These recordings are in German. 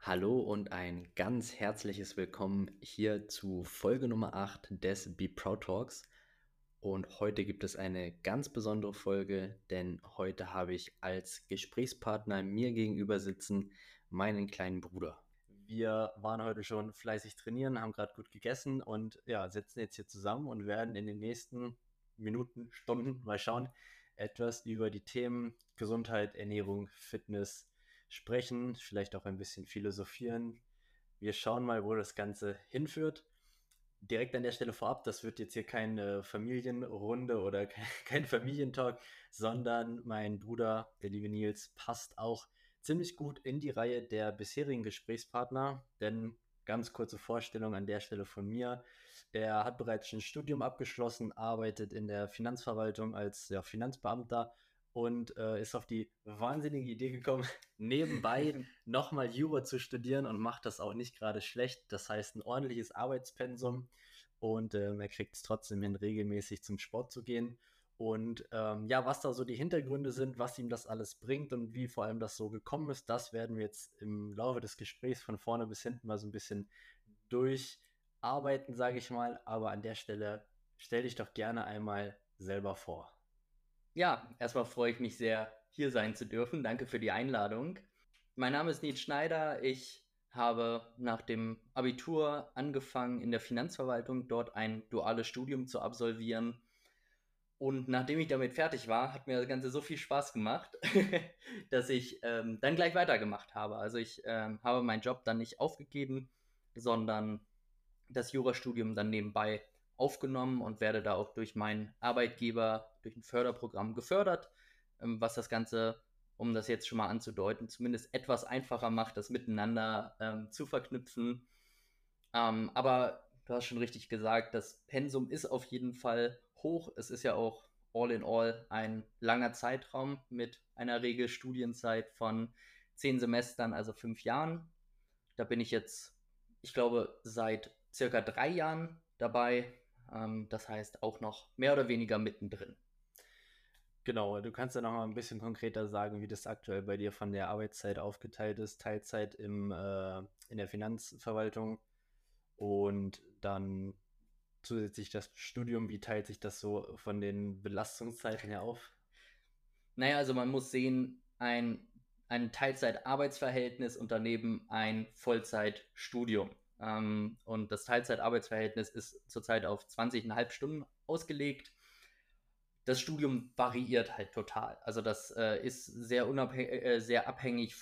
Hallo und ein ganz herzliches Willkommen hier zu Folge Nummer 8 des Be Proud Talks. Und heute gibt es eine ganz besondere Folge, denn heute habe ich als Gesprächspartner mir gegenüber sitzen meinen kleinen Bruder. Wir waren heute schon fleißig trainieren, haben gerade gut gegessen und ja, sitzen jetzt hier zusammen und werden in den nächsten Minuten, Stunden, mal schauen, etwas über die Themen Gesundheit, Ernährung, Fitness sprechen, vielleicht auch ein bisschen philosophieren. Wir schauen mal, wo das Ganze hinführt. Direkt an der Stelle vorab, das wird jetzt hier keine Familienrunde oder kein Familientalk, sondern mein Bruder, der liebe Nils, passt auch ziemlich gut in die Reihe der bisherigen Gesprächspartner, denn ganz kurze Vorstellung an der Stelle von mir. Er hat bereits ein Studium abgeschlossen, arbeitet in der Finanzverwaltung als Finanzbeamter und ist auf die wahnsinnige Idee gekommen, nebenbei nochmal Jura zu studieren und macht das auch nicht gerade schlecht. Das heißt, ein ordentliches Arbeitspensum und er kriegt es trotzdem hin, regelmäßig zum Sport zu gehen. Und ja, was da so die Hintergründe sind, was ihm das alles bringt und wie vor allem das so gekommen ist, das werden wir jetzt im Laufe des Gesprächs von vorne bis hinten mal so ein bisschen durcharbeiten, sage ich mal. Aber an der Stelle stell dich doch gerne einmal selber vor. Ja, erstmal freue ich mich sehr, hier sein zu dürfen. Danke für die Einladung. Mein Name ist Nils Schneider. Ich habe nach dem Abitur angefangen, in der Finanzverwaltung dort ein duales Studium zu absolvieren. Und nachdem ich damit fertig war, hat mir das Ganze so viel Spaß gemacht, dass ich dann gleich weitergemacht habe. Also ich habe meinen Job dann nicht aufgegeben, sondern das Jurastudium dann nebenbei aufgenommen und werde da auch durch meinen Arbeitgeber, durch ein Förderprogramm gefördert, was das Ganze, um das jetzt schon mal anzudeuten, zumindest etwas einfacher macht, das miteinander zu verknüpfen. Aber du hast schon richtig gesagt, das Pensum ist auf jeden Fall hoch. Es ist ja auch all in all ein langer Zeitraum mit einer Regelstudienzeit von 10 Semestern, also 5 Jahren. Da bin ich jetzt, ich glaube, seit circa 3 Jahren dabei. Das heißt auch noch mehr oder weniger mittendrin. Genau, du kannst ja noch mal ein bisschen konkreter sagen, wie das aktuell bei dir von der Arbeitszeit aufgeteilt ist. Teilzeit in der Finanzverwaltung und dann zusätzlich das Studium. Wie teilt sich das so von den Belastungszeiten her auf? Naja, also man muss sehen, ein Teilzeit-Arbeitsverhältnis und daneben ein Vollzeitstudium. Und das Teilzeit-Arbeitsverhältnis ist zurzeit auf 20,5 Stunden ausgelegt. Das Studium variiert halt total. Also das ist sehr abhängig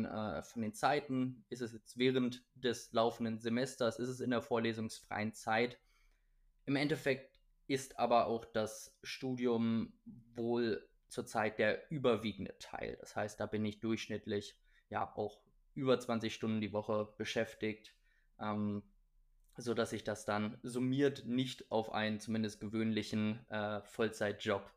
von den Zeiten. Ist es jetzt während des laufenden Semesters? Ist es in der vorlesungsfreien Zeit? Im Endeffekt ist aber auch das Studium wohl zurzeit der überwiegende Teil. Das heißt, da bin ich durchschnittlich ja auch über 20 Stunden die Woche beschäftigt, ähm, so dass sich das dann summiert nicht auf einen zumindest gewöhnlichen Vollzeitjob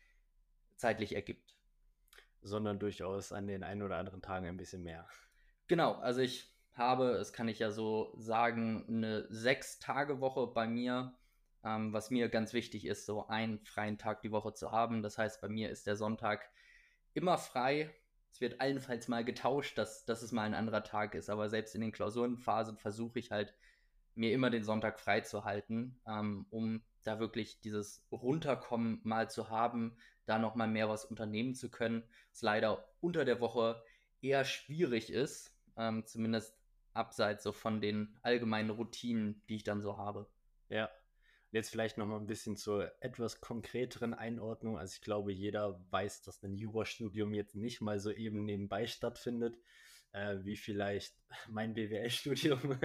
zeitlich ergibt. Sondern durchaus an den ein oder anderen Tagen ein bisschen mehr. Genau, also ich habe, das kann ich ja so sagen, eine 6-Tage-Woche bei mir, was mir ganz wichtig ist, so einen freien Tag die Woche zu haben. Das heißt, bei mir ist der Sonntag immer frei. Es wird allenfalls mal getauscht, dass es mal ein anderer Tag ist, aber selbst in den Klausurenphasen versuche ich halt, mir immer den Sonntag frei zu halten, um da wirklich dieses Runterkommen mal zu haben, da noch mal mehr was unternehmen zu können, was leider unter der Woche eher schwierig ist, zumindest abseits so von den allgemeinen Routinen, die ich dann so habe. Ja. Und jetzt vielleicht noch mal ein bisschen zur etwas konkreteren Einordnung. Also ich glaube, jeder weiß, dass ein Jurastudium jetzt nicht mal so eben nebenbei stattfindet, wie vielleicht mein BWL-Studium.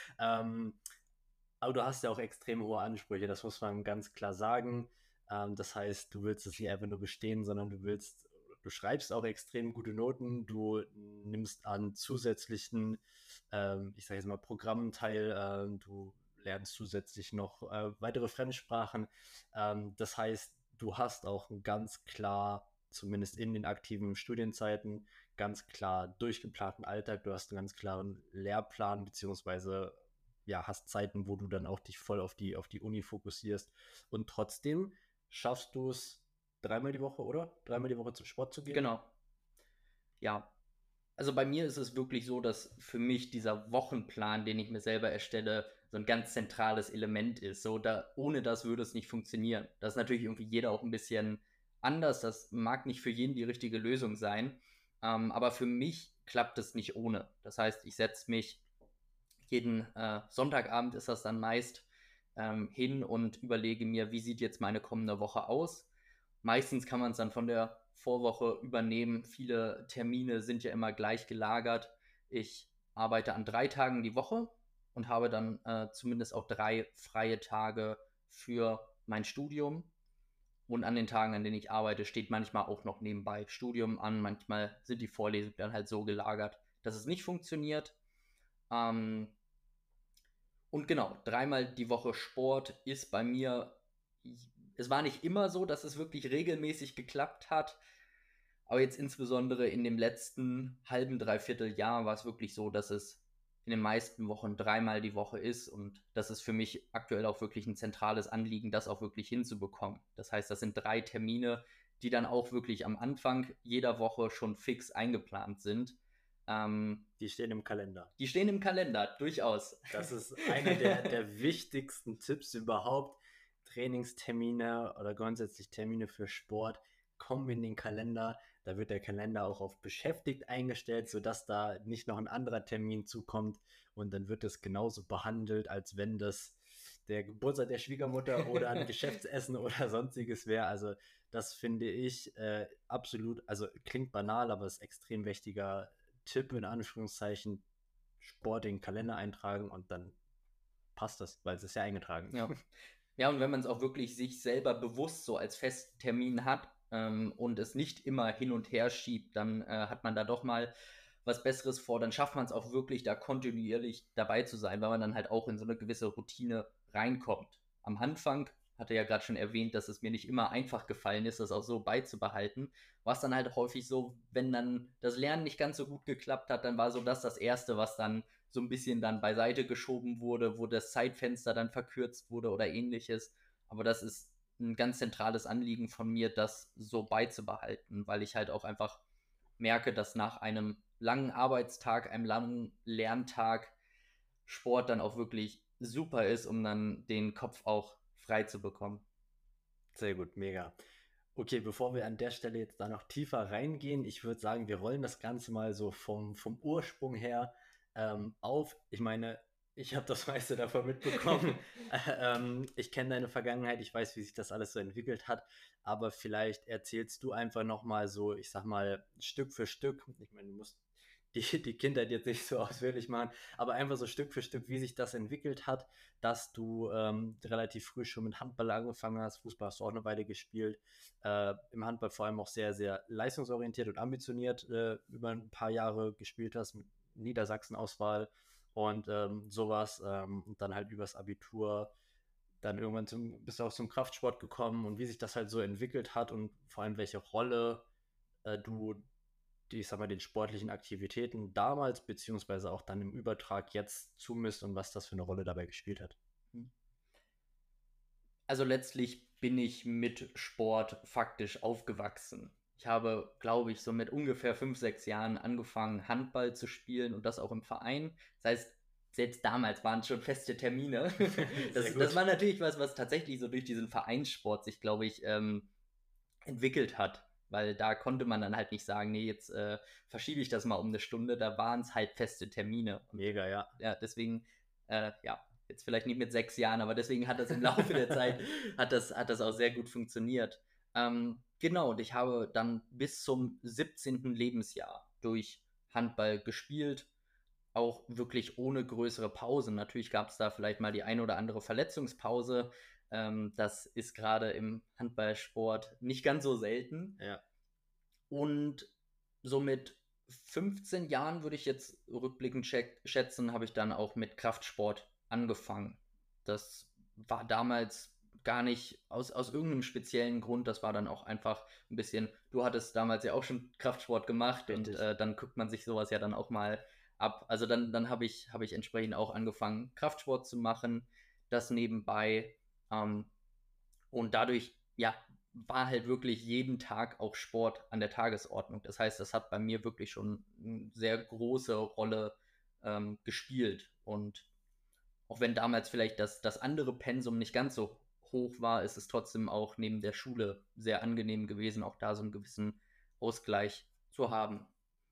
ähm, aber du hast ja auch extrem hohe Ansprüche, das muss man ganz klar sagen. Das heißt, du willst es nicht einfach nur bestehen, sondern du schreibst auch extrem gute Noten, du nimmst an zusätzlichen, ich sage jetzt mal, Programmen teil, du lernst zusätzlich noch weitere Fremdsprachen. Das heißt, du hast auch einen ganz klar, zumindest in den aktiven Studienzeiten, ganz klar durchgeplanten Alltag. Du hast einen ganz klaren Lehrplan, beziehungsweise ja, hast Zeiten, wo du dann auch dich voll auf die Uni fokussierst. Und trotzdem schaffst du es dreimal die Woche, oder? Dreimal die Woche zum Sport zu gehen? Genau, ja. Also bei mir ist es wirklich so, dass für mich dieser Wochenplan, den ich mir selber erstelle, so ein ganz zentrales Element ist. So, ohne das würde es nicht funktionieren. Das ist natürlich irgendwie jeder auch ein bisschen anders. Das mag nicht für jeden die richtige Lösung sein. Aber für mich klappt es nicht ohne. Das heißt, ich setze mich jeden Sonntagabend ist das dann meist hin und überlege mir, wie sieht jetzt meine kommende Woche aus. Meistens kann man es dann von der Vorwoche übernehmen. Viele Termine sind ja immer gleich gelagert. Ich arbeite an 3 Tagen die Woche und habe dann zumindest auch 3 freie Tage für mein Studium. Und an den Tagen, an denen ich arbeite, steht manchmal auch noch nebenbei Studium an. Manchmal sind die Vorlesungen dann halt so gelagert, dass es nicht funktioniert. Ähm, und genau, 3-mal die Woche Sport ist bei mir, es war nicht immer so, dass es wirklich regelmäßig geklappt hat, aber jetzt insbesondere in dem letzten halben, dreiviertel Jahr war es wirklich so, dass es in den meisten Wochen 3-mal die Woche ist und das ist für mich aktuell auch wirklich ein zentrales Anliegen, das auch wirklich hinzubekommen. Das heißt, das sind 3 Termine, die dann auch wirklich am Anfang jeder Woche schon fix eingeplant sind. Die stehen im Kalender. Die stehen im Kalender, durchaus. Das ist einer der wichtigsten Tipps überhaupt. Trainingstermine oder grundsätzlich Termine für Sport kommen in den Kalender. Da wird der Kalender auch auf beschäftigt eingestellt, sodass da nicht noch ein anderer Termin zukommt. Und dann wird es genauso behandelt, als wenn das der Geburtstag der Schwiegermutter oder ein Geschäftsessen oder sonstiges wäre. Also das finde ich absolut, also klingt banal, aber ist extrem wichtiger Tipp in Anführungszeichen. Sport in den Kalender eintragen und dann passt das, weil es ist ja eingetragen. Ja. Ja, und wenn man es auch wirklich sich selber bewusst so als festen Termin hat und es nicht immer hin und her schiebt, dann hat man da doch mal was Besseres vor. Dann schafft man es auch wirklich, da kontinuierlich dabei zu sein, weil man dann halt auch in so eine gewisse Routine reinkommt. Am Anfang hatte ja gerade schon erwähnt, dass es mir nicht immer einfach gefallen ist, das auch so beizubehalten. War es dann halt häufig so, wenn dann das Lernen nicht ganz so gut geklappt hat, dann war so das Erste, was dann so ein bisschen dann beiseite geschoben wurde, wo das Zeitfenster dann verkürzt wurde oder ähnliches. Aber das ist ein ganz zentrales Anliegen von mir, das so beizubehalten, weil ich halt auch einfach merke, dass nach einem langen Arbeitstag, einem langen Lerntag Sport dann auch wirklich super ist, um dann den Kopf auch frei zu bekommen. Sehr gut, mega. Okay, bevor wir an der Stelle jetzt da noch tiefer reingehen, ich würde sagen, wir rollen das Ganze mal so vom Ursprung her auf. Ich meine, ich habe das meiste davon mitbekommen. Ich kenne deine Vergangenheit, ich weiß, wie sich das alles so entwickelt hat, aber vielleicht erzählst du einfach nochmal so, ich sag mal, Stück für Stück. Ich meine, du musst die Kindheit jetzt nicht so ausführlich machen, aber einfach so Stück für Stück, wie sich das entwickelt hat, dass du relativ früh schon mit Handball angefangen hast. Fußball hast du auch eine Weile gespielt. Im Handball vor allem auch sehr, sehr leistungsorientiert und ambitioniert über ein paar Jahre gespielt hast mit Niedersachsen-Auswahl und sowas. Und dann halt übers Abitur dann irgendwann bist du auch zum Kraftsport gekommen und wie sich das halt so entwickelt hat und vor allem welche Rolle du ich sag mal, den sportlichen Aktivitäten damals, beziehungsweise auch dann im Übertrag jetzt zumisst und was das für eine Rolle dabei gespielt hat. Also letztlich bin ich mit Sport faktisch aufgewachsen. Ich habe, glaube ich, so mit ungefähr 5, 6 Jahren angefangen, Handball zu spielen und das auch im Verein. Das heißt, selbst damals waren es schon feste Termine. Das war natürlich was tatsächlich so durch diesen Vereinssport sich, glaube ich, entwickelt hat. Weil da konnte man dann halt nicht sagen, nee, jetzt verschiebe ich das mal um eine Stunde. Da waren es halt feste Termine. Mega, ja. Ja, deswegen, ja, jetzt vielleicht nicht mit 6 Jahren, aber deswegen hat das im Laufe der Zeit, hat das auch sehr gut funktioniert. Genau, und ich habe dann bis zum 17. Lebensjahr durch Handball gespielt, auch wirklich ohne größere Pausen. Natürlich gab es da vielleicht mal die eine oder andere Verletzungspause. Das ist gerade im Handballsport nicht ganz so selten. Ja. Und so mit 15 Jahren würde ich jetzt rückblickend schätzen, habe ich dann auch mit Kraftsport angefangen. Das war damals gar nicht aus irgendeinem speziellen Grund. Das war dann auch einfach ein bisschen, du hattest damals ja auch schon Kraftsport gemacht. Richtig. Und dann guckt man sich sowas ja dann auch mal ab. Also dann habe ich entsprechend auch angefangen, Kraftsport zu machen, das nebenbei. Und dadurch, ja, war halt wirklich jeden Tag auch Sport an der Tagesordnung. Das heißt, das hat bei mir wirklich schon eine sehr große Rolle gespielt. Und auch wenn damals vielleicht das andere Pensum nicht ganz so hoch war, ist es trotzdem auch neben der Schule sehr angenehm gewesen, auch da so einen gewissen Ausgleich zu haben.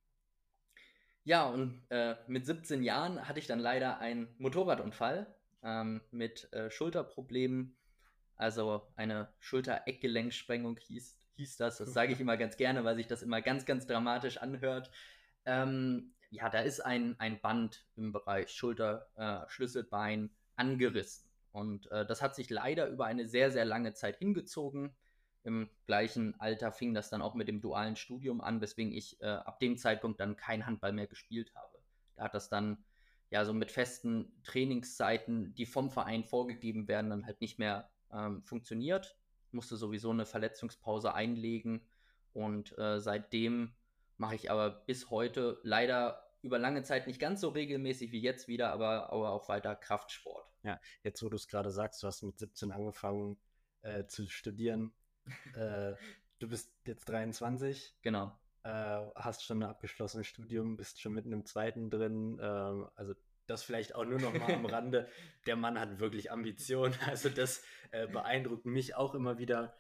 Ja, und mit 17 Jahren hatte ich dann leider einen Motorradunfall mit Schulterproblemen, also eine Schulter-Eckgelenksprengung hieß das. Das sage ich immer ganz gerne, weil sich das immer ganz, ganz dramatisch anhört. Ja, da ist ein Band im Bereich Schulter, Schlüsselbein angerissen. Und das hat sich leider über eine sehr, sehr lange Zeit hingezogen. Im gleichen Alter fing das dann auch mit dem dualen Studium an, weswegen ich ab dem Zeitpunkt dann kein Handball mehr gespielt habe. Da hat das dann ja so mit festen Trainingszeiten, die vom Verein vorgegeben werden, dann halt nicht mehr funktioniert. Musste sowieso eine Verletzungspause einlegen und seitdem mache ich aber bis heute leider über lange Zeit nicht ganz so regelmäßig wie jetzt wieder, aber auch weiter Kraftsport. Ja, jetzt wo du es gerade sagst, du hast mit 17 angefangen zu studieren. Du bist jetzt 23. Genau. Hast schon ein abgeschlossenes Studium, bist schon mitten im zweiten drin. Also das vielleicht auch nur noch mal am Rande. Der Mann hat wirklich Ambitionen. Also das beeindruckt mich auch immer wieder.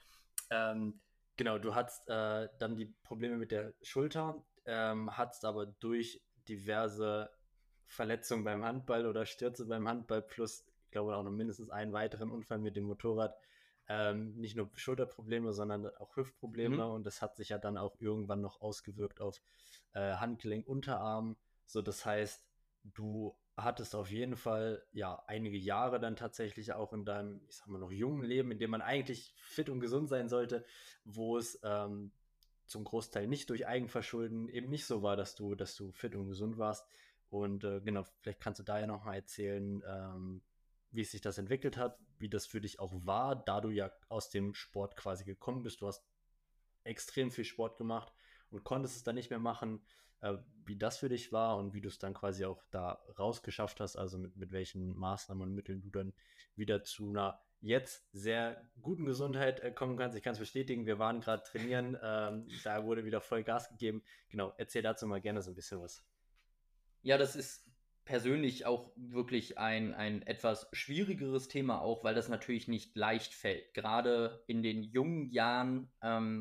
Genau, du hattest dann die Probleme mit der Schulter, hattest aber durch diverse Verletzungen beim Handball oder Stürze beim Handball plus, ich glaube, auch noch mindestens einen weiteren Unfall mit dem Motorrad nicht nur Schulterprobleme, sondern auch Hüftprobleme und das hat sich ja dann auch irgendwann noch ausgewirkt auf Handgelenk, Unterarm. So, das heißt, du hattest auf jeden Fall ja einige Jahre dann tatsächlich auch in deinem, ich sag mal, noch jungen Leben, in dem man eigentlich fit und gesund sein sollte, wo es zum Großteil nicht durch Eigenverschulden eben nicht so war, dass du fit und gesund warst. Und genau, vielleicht kannst du da ja noch mal erzählen, wie sich das entwickelt hat, wie das für dich auch war, da du ja aus dem Sport quasi gekommen bist. Du hast extrem viel Sport gemacht und konntest es dann nicht mehr machen, wie das für dich war und wie du es dann quasi auch da rausgeschafft hast, also mit welchen Maßnahmen und Mitteln du dann wieder zu einer jetzt sehr guten Gesundheit kommen kannst. Ich kann es bestätigen, wir waren gerade trainieren, da wurde wieder voll Gas gegeben. Genau, erzähl dazu mal gerne so ein bisschen was. Ja, das ist persönlich auch wirklich ein etwas schwierigeres Thema, auch weil das natürlich nicht leicht fällt. Gerade in den jungen Jahren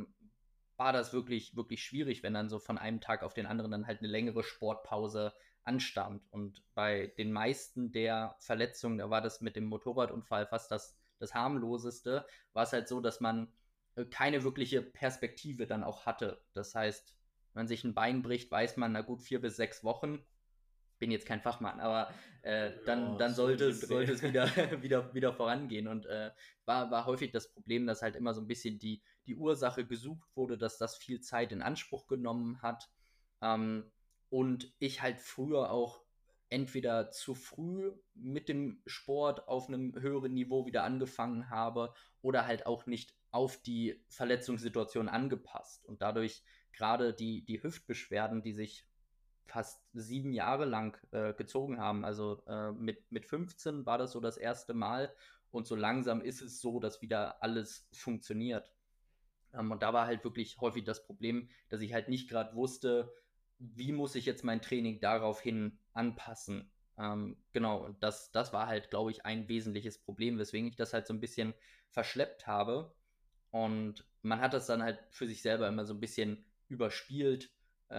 war das wirklich, wirklich schwierig, wenn dann so von einem Tag auf den anderen dann halt eine längere Sportpause anstand. Und bei den meisten der Verletzungen, da war das mit dem Motorradunfall fast das harmloseste, war es halt so, dass man keine wirkliche Perspektive dann auch hatte. Das heißt, wenn man sich ein Bein bricht, weiß man, na gut, 4 bis 6 Wochen, bin jetzt kein Fachmann, aber Ja, dann so in dem sollte Dreh. es wieder, wieder vorangehen. Und war häufig das Problem, dass halt immer so ein bisschen die Ursache gesucht wurde, dass das viel Zeit in Anspruch genommen hat. Ähm, und ich halt früher auch entweder zu früh mit dem Sport auf einem höheren Niveau wieder angefangen habe oder halt auch nicht auf die Verletzungssituation angepasst. Und dadurch gerade die Hüftbeschwerden, die sich fast 7 Jahre lang gezogen haben. Also mit 15 war das so das erste Mal und so langsam ist es so, dass wieder alles funktioniert. Und da war halt wirklich häufig das Problem, dass ich halt nicht gerade wusste, wie muss ich jetzt mein Training daraufhin anpassen. Genau, und das war halt, glaube ich, ein wesentliches Problem, weswegen ich das halt so ein bisschen verschleppt habe. Und man hat das dann halt für sich selber immer so ein bisschen überspielt.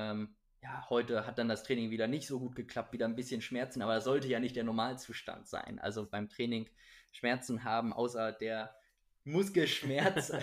Ja, heute hat dann das Training wieder nicht so gut geklappt, wieder ein bisschen Schmerzen, aber das sollte ja nicht der Normalzustand sein. Also beim Training Schmerzen haben, außer der Muskelschmerz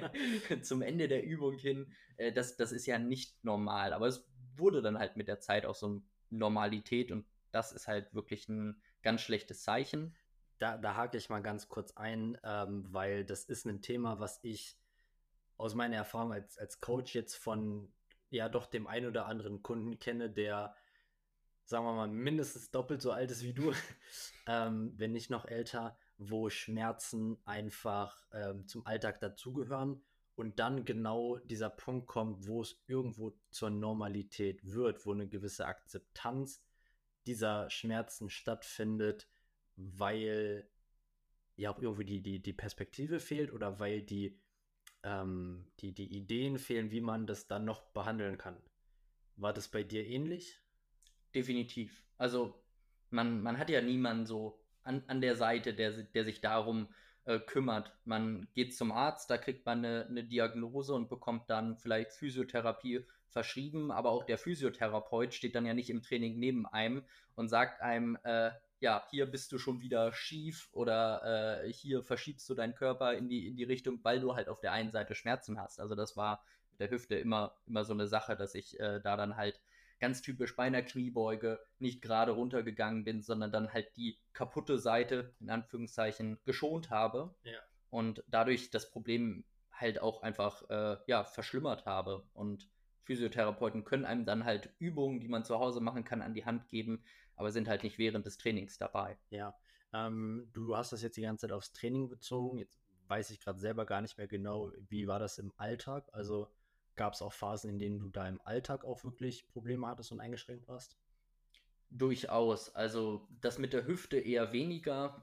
zum Ende der Übung hin, das ist ja nicht normal. Aber es wurde dann halt mit der Zeit auch so eine Normalität und das ist halt wirklich ein ganz schlechtes Zeichen. Da hake ich mal ganz kurz ein, weil das ist ein Thema, was ich aus meiner Erfahrung als Coach jetzt von ja doch dem einen oder anderen Kunden kenne, der, sagen wir mal, mindestens doppelt so alt ist wie du, wenn nicht noch älter, wo Schmerzen einfach zum Alltag dazugehören und dann genau dieser Punkt kommt, wo es irgendwo zur Normalität wird, wo eine gewisse Akzeptanz dieser Schmerzen stattfindet, weil ja auch irgendwie die Perspektive fehlt oder weil die die Ideen fehlen, wie man das dann noch behandeln kann. War das bei dir ähnlich? Definitiv. Also man hat ja niemanden so an der Seite, der sich darum kümmert. Man geht zum Arzt, da kriegt man eine Diagnose und bekommt dann vielleicht Physiotherapie verschrieben, aber auch der Physiotherapeut steht dann ja nicht im Training neben einem und sagt einem, ja, hier bist du schon wieder schief oder hier verschiebst du deinen Körper in die Richtung, weil du halt auf der einen Seite Schmerzen hast. Also das war mit der Hüfte immer so eine Sache, dass ich da dann halt ganz typisch bei einer Kniebeuge nicht gerade runtergegangen bin, sondern dann halt die kaputte Seite in Anführungszeichen geschont habe Ja. und dadurch das Problem halt auch einfach ja, verschlimmert habe. Und Physiotherapeuten können einem dann halt Übungen, die man zu Hause machen kann, an die Hand geben, aber sind halt nicht während des Trainings dabei. Ja, du hast das jetzt die ganze Zeit aufs Training bezogen. Jetzt weiß ich gerade selber gar nicht mehr genau, wie war das im Alltag? Also gab es auch Phasen, in denen du da im Alltag auch wirklich Probleme hattest und eingeschränkt warst? Durchaus. Also das mit der Hüfte eher weniger.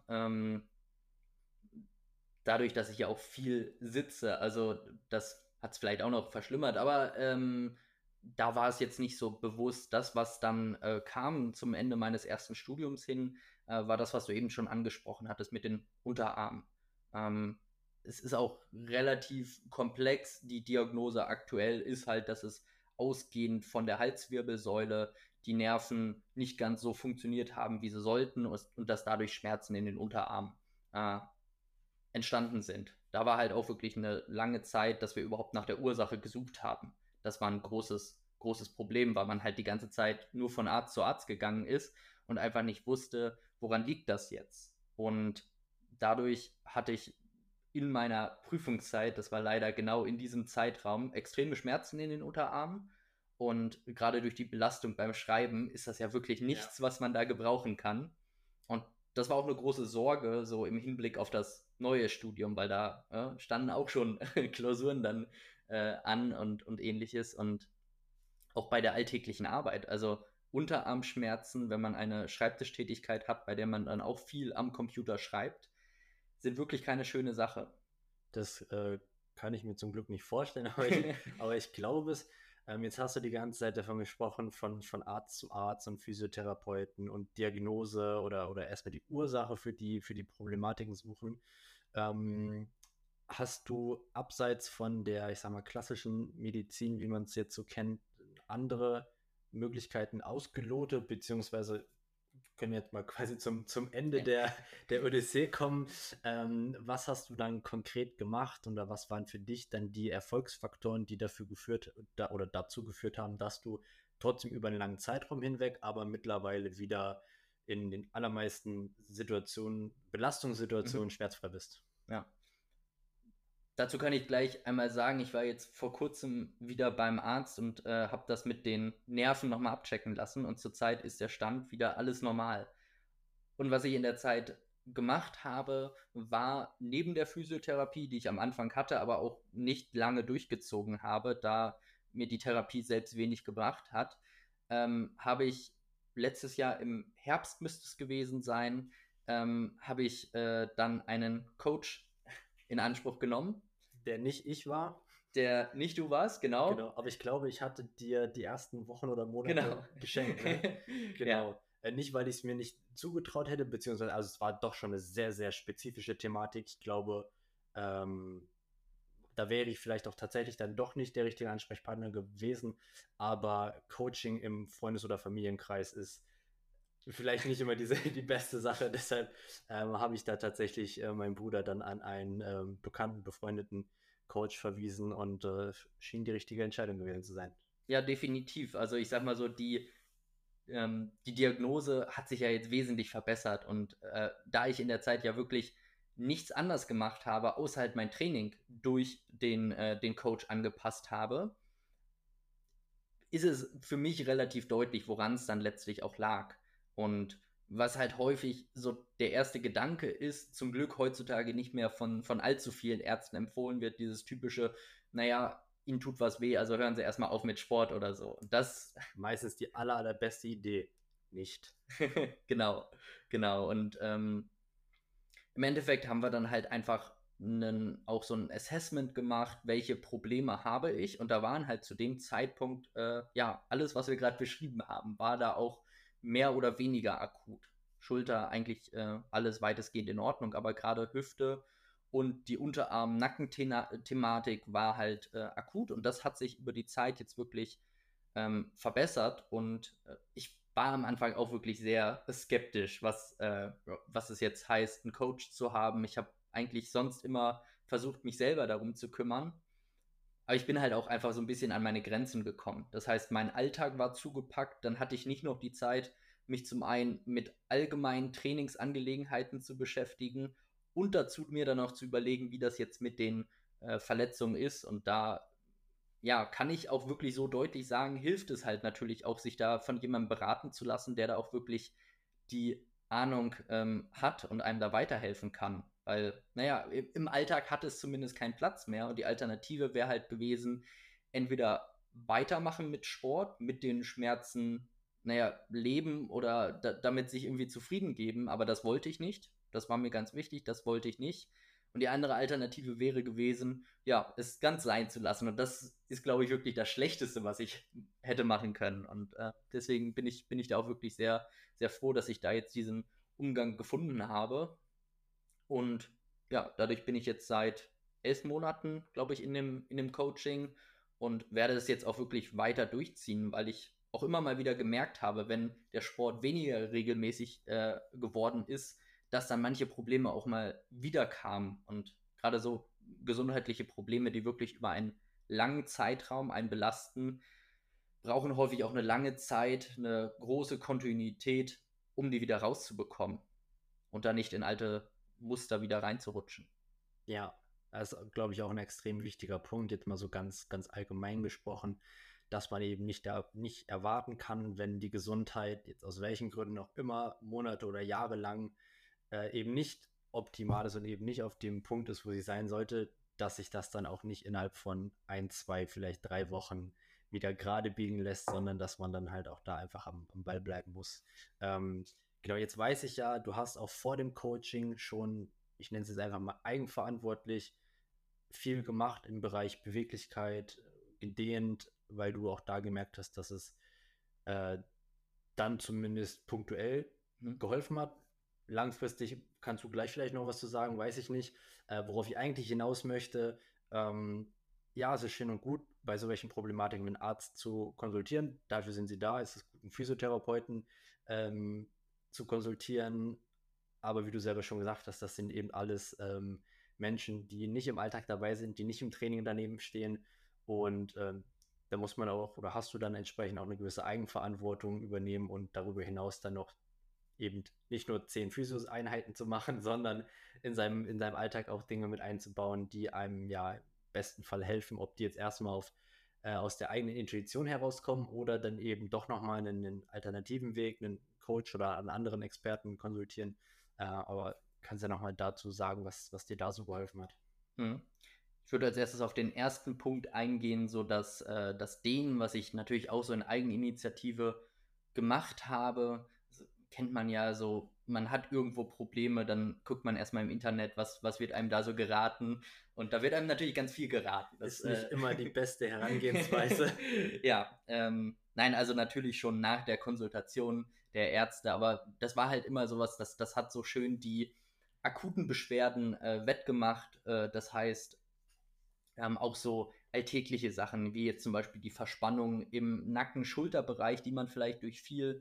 Dadurch, dass ich ja auch viel sitze, also das hat es vielleicht auch noch verschlimmert, aber da war es jetzt nicht so bewusst. Das, was dann kam zum Ende meines ersten Studiums hin, war das, was du eben schon angesprochen hattest mit den Unterarmen. Ähm, Es ist auch relativ komplex. Die Diagnose aktuell ist halt, dass es ausgehend von der Halswirbelsäule die Nerven nicht ganz so funktioniert haben, wie sie sollten und dass dadurch Schmerzen in den Unterarmen äh, entstanden sind. Da war halt auch wirklich eine lange Zeit, dass wir überhaupt nach der Ursache gesucht haben. Das war ein großes Problem, weil man halt die ganze Zeit nur von Arzt zu Arzt gegangen ist und einfach nicht wusste, woran liegt das jetzt. Und dadurch hatte ich in meiner Prüfungszeit, das war leider genau in diesem Zeitraum, extreme Schmerzen in den Unterarmen. Und gerade durch die Belastung beim Schreiben ist das ja wirklich nichts, was man da gebrauchen kann. Und das war auch eine große Sorge, so im Hinblick auf das neue Studium, weil da standen auch schon Klausuren dann an und ähnliches. Und auch bei der alltäglichen Arbeit. Also Unterarmschmerzen, wenn man eine Schreibtischtätigkeit hat, bei der man dann auch viel am Computer schreibt, sind wirklich keine schöne Sache. Das kann ich mir zum Glück nicht vorstellen, aber ich glaube es. Jetzt hast du die ganze Zeit davon gesprochen, von Arzt zu Arzt und Physiotherapeuten und Diagnose oder erstmal die Ursache für die Problematiken suchen. Ähm, Hast du abseits von der, ich sag mal, klassischen Medizin, wie man es jetzt so kennt, andere Möglichkeiten ausgelotet, beziehungsweise können wir jetzt mal quasi zum Ende der Odyssee kommen. Was hast du dann konkret gemacht oder was waren für dich dann die Erfolgsfaktoren, die oder dazu geführt haben, dass du trotzdem über einen langen Zeitraum hinweg, aber mittlerweile wieder in den allermeisten Mhm. Belastungssituationen schmerzfrei bist? Ja. Dazu kann ich gleich einmal sagen, ich war jetzt vor kurzem wieder beim Arzt und habe das mit den Nerven nochmal abchecken lassen und zurzeit ist der Stand wieder alles normal. Und was ich in der Zeit gemacht habe, war neben der Physiotherapie, die ich am Anfang hatte, aber auch nicht lange durchgezogen habe, da mir die Therapie selbst wenig gebracht hat, habe ich letztes Jahr im Herbst müsste es gewesen sein, habe ich dann einen Coach in Anspruch genommen, Der nicht ich war. der nicht du warst, genau. Genau, aber ich glaube, ich hatte dir die ersten Wochen oder Genau. Monate geschenkt, ne? Ja. Genau. Nicht, weil ich es mir nicht zugetraut hätte, beziehungsweise, also es war doch schon eine sehr, sehr spezifische Thematik. Ich glaube, ähm, da wäre ich vielleicht auch tatsächlich dann doch nicht der richtige Ansprechpartner gewesen, aber Coaching im Freundes- oder Familienkreis ist vielleicht nicht immer die beste Sache. Deshalb habe ich da tatsächlich meinen Bruder dann an einen bekannten, befreundeten Coach verwiesen und schien die richtige Entscheidung gewesen zu sein. Ja, definitiv. Also ich sag mal so, die Diagnose hat sich ja jetzt wesentlich verbessert und da ich in der Zeit ja wirklich nichts anders gemacht habe, außer halt mein Training durch den Coach angepasst habe, ist es für mich relativ deutlich, woran es dann letztlich auch lag. Und was halt häufig so der erste Gedanke ist, zum Glück heutzutage nicht mehr von allzu vielen Ärzten empfohlen wird, dieses typische, naja, ihnen tut was weh, also hören sie erstmal auf mit Sport oder so. Und das Meistens die allerbeste Idee. Nicht. genau, genau. Und im Endeffekt haben wir dann halt einfach auch so ein Assessment gemacht, welche Probleme habe ich. Und da waren halt zu dem Zeitpunkt, alles, was wir gerade beschrieben haben, war da auch mehr oder weniger akut. Schulter eigentlich alles weitestgehend in Ordnung, aber gerade Hüfte und die Unterarm-Nacken-Thematik war halt akut und das hat sich über die Zeit jetzt wirklich verbessert und ich war am Anfang auch wirklich sehr skeptisch, was es jetzt heißt, einen Coach zu haben. Ich habe eigentlich sonst immer versucht, mich selber darum zu kümmern. Aber ich bin halt auch einfach so ein bisschen an meine Grenzen gekommen. Das heißt, mein Alltag war zugepackt, dann hatte ich nicht noch die Zeit, mich zum einen mit allgemeinen Trainingsangelegenheiten zu beschäftigen und dazu mir dann auch zu überlegen, wie das jetzt mit den Verletzungen ist. Und da kann ich auch wirklich so deutlich sagen, hilft es halt natürlich auch, sich da von jemandem beraten zu lassen, der da auch wirklich die Ahnung hat und einem da weiterhelfen kann. Weil, im Alltag hat es zumindest keinen Platz mehr und die Alternative wäre halt gewesen, entweder weitermachen mit Sport, mit den Schmerzen, leben oder damit sich irgendwie zufrieden geben, aber das wollte ich nicht. Das war mir ganz wichtig, das wollte ich nicht. Und die andere Alternative wäre gewesen, ja, es ganz sein zu lassen. Und das ist, glaube ich, wirklich das Schlechteste, was ich hätte machen können. Und deswegen bin ich da auch wirklich sehr, sehr froh, dass ich da jetzt diesen Umgang gefunden habe. Und ja, dadurch bin ich jetzt seit 11 Monaten, glaube ich, in dem Coaching und werde das jetzt auch wirklich weiter durchziehen, weil ich auch immer mal wieder gemerkt habe, wenn der Sport weniger regelmäßig geworden ist, dass dann manche Probleme auch mal wieder kamen und gerade so gesundheitliche Probleme, die wirklich über einen langen Zeitraum einen belasten, brauchen häufig auch eine lange Zeit, eine große Kontinuität, um die wieder rauszubekommen und da nicht in alte Muster wieder reinzurutschen. Ja, das ist, glaube ich, auch ein extrem wichtiger Punkt, jetzt mal so ganz, ganz allgemein gesprochen, dass man eben nicht erwarten kann, wenn die Gesundheit jetzt aus welchen Gründen auch immer Monate oder Jahre lang eben nicht optimal ist und eben nicht auf dem Punkt ist, wo sie sein sollte, dass sich das dann auch nicht innerhalb von ein, zwei, vielleicht 3 Wochen wieder gerade biegen lässt, sondern dass man dann halt auch da einfach am Ball bleiben muss. Genau, jetzt weiß ich ja, du hast auch vor dem Coaching schon, ich nenne es jetzt einfach mal eigenverantwortlich, viel gemacht im Bereich Beweglichkeit, gedehnt, weil du auch da gemerkt hast, dass es äh, dann zumindest punktuell geholfen hat. Langfristig kannst du gleich vielleicht noch was zu sagen, weiß ich nicht. Worauf ich eigentlich hinaus möchte, ja, es ist schön und gut, bei solchen Problematiken einen Arzt zu konsultieren. Dafür sind sie da. Es ist gut, einen Physiotherapeuten zu konsultieren. Aber wie du selber schon gesagt hast, das sind eben alles Menschen, die nicht im Alltag dabei sind, die nicht im Training daneben stehen. Und da muss man auch, oder hast du dann entsprechend auch eine gewisse Eigenverantwortung übernehmen und darüber hinaus dann noch eben nicht nur 10 Physios-Einheiten zu machen, sondern in seinem Alltag auch Dinge mit einzubauen, die einem ja im besten Fall helfen, ob die jetzt erstmal aus der eigenen Intuition herauskommen oder dann eben doch nochmal einen alternativen Weg, einen Coach oder einen anderen Experten konsultieren. Aber kannst ja nochmal dazu sagen, was dir da so geholfen hat. Mhm. Ich würde als erstes auf den ersten Punkt eingehen, so dass das Dehnen, was ich natürlich auch so in Eigeninitiative gemacht habe, kennt man ja so, man hat irgendwo Probleme, dann guckt man erstmal im Internet, was wird einem da so geraten und da wird einem natürlich ganz viel geraten. Das ist nicht immer die beste Herangehensweise. Ja, nein, also natürlich schon nach der Konsultation der Ärzte, aber das war halt immer sowas, das hat so schön die akuten Beschwerden wettgemacht. Das heißt, auch so alltägliche Sachen, wie jetzt zum Beispiel die Verspannung im Nacken-Schulterbereich, die man vielleicht durch viel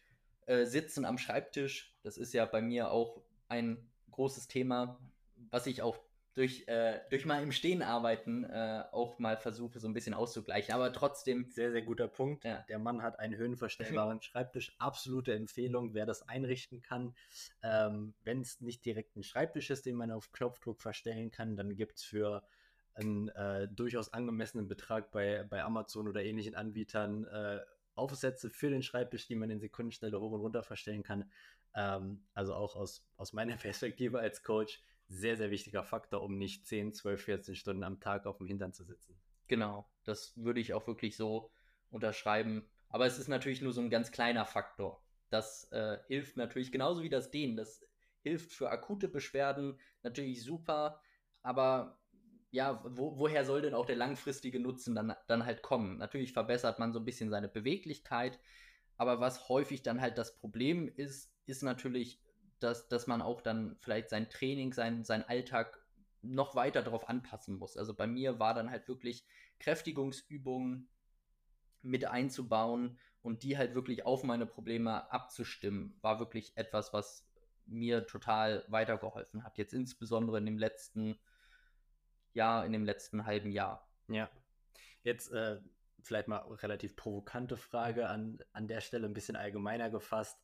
Sitzen am Schreibtisch, das ist ja bei mir auch ein großes Thema, was ich auch durch mal im Stehen arbeiten auch mal versuche, so ein bisschen auszugleichen. Aber trotzdem. Sehr, sehr guter Punkt. Ja. Der Mann hat einen höhenverstellbaren Schreibtisch. Absolute Empfehlung, wer das einrichten kann. Wenn es nicht direkt ein Schreibtisch ist, den man auf Knopfdruck verstellen kann, dann gibt es für einen durchaus angemessenen Betrag bei Amazon oder ähnlichen Anbietern Aufsätze für den Schreibtisch, die man in Sekundenschnelle hoch und runter verstellen kann. Also auch aus meiner Perspektive als Coach sehr, sehr wichtiger Faktor, um nicht 10, 12, 14 Stunden am Tag auf dem Hintern zu sitzen. Genau, das würde ich auch wirklich so unterschreiben. Aber es ist natürlich nur so ein ganz kleiner Faktor. Das hilft natürlich genauso wie das Dehnen. Das hilft für akute Beschwerden natürlich super. aber ja, woher soll denn auch der langfristige Nutzen dann halt kommen? Natürlich verbessert man so ein bisschen seine Beweglichkeit, aber was häufig dann halt das Problem ist natürlich, dass man auch dann vielleicht sein Training, sein Alltag noch weiter darauf anpassen muss. Also bei mir war dann halt wirklich Kräftigungsübungen mit einzubauen und die halt wirklich auf meine Probleme abzustimmen, war wirklich etwas, was mir total weitergeholfen hat. Jetzt insbesondere in dem letzten Jahr, in dem letzten halben Jahr. Ja, jetzt vielleicht mal relativ provokante Frage an der Stelle, ein bisschen allgemeiner gefasst.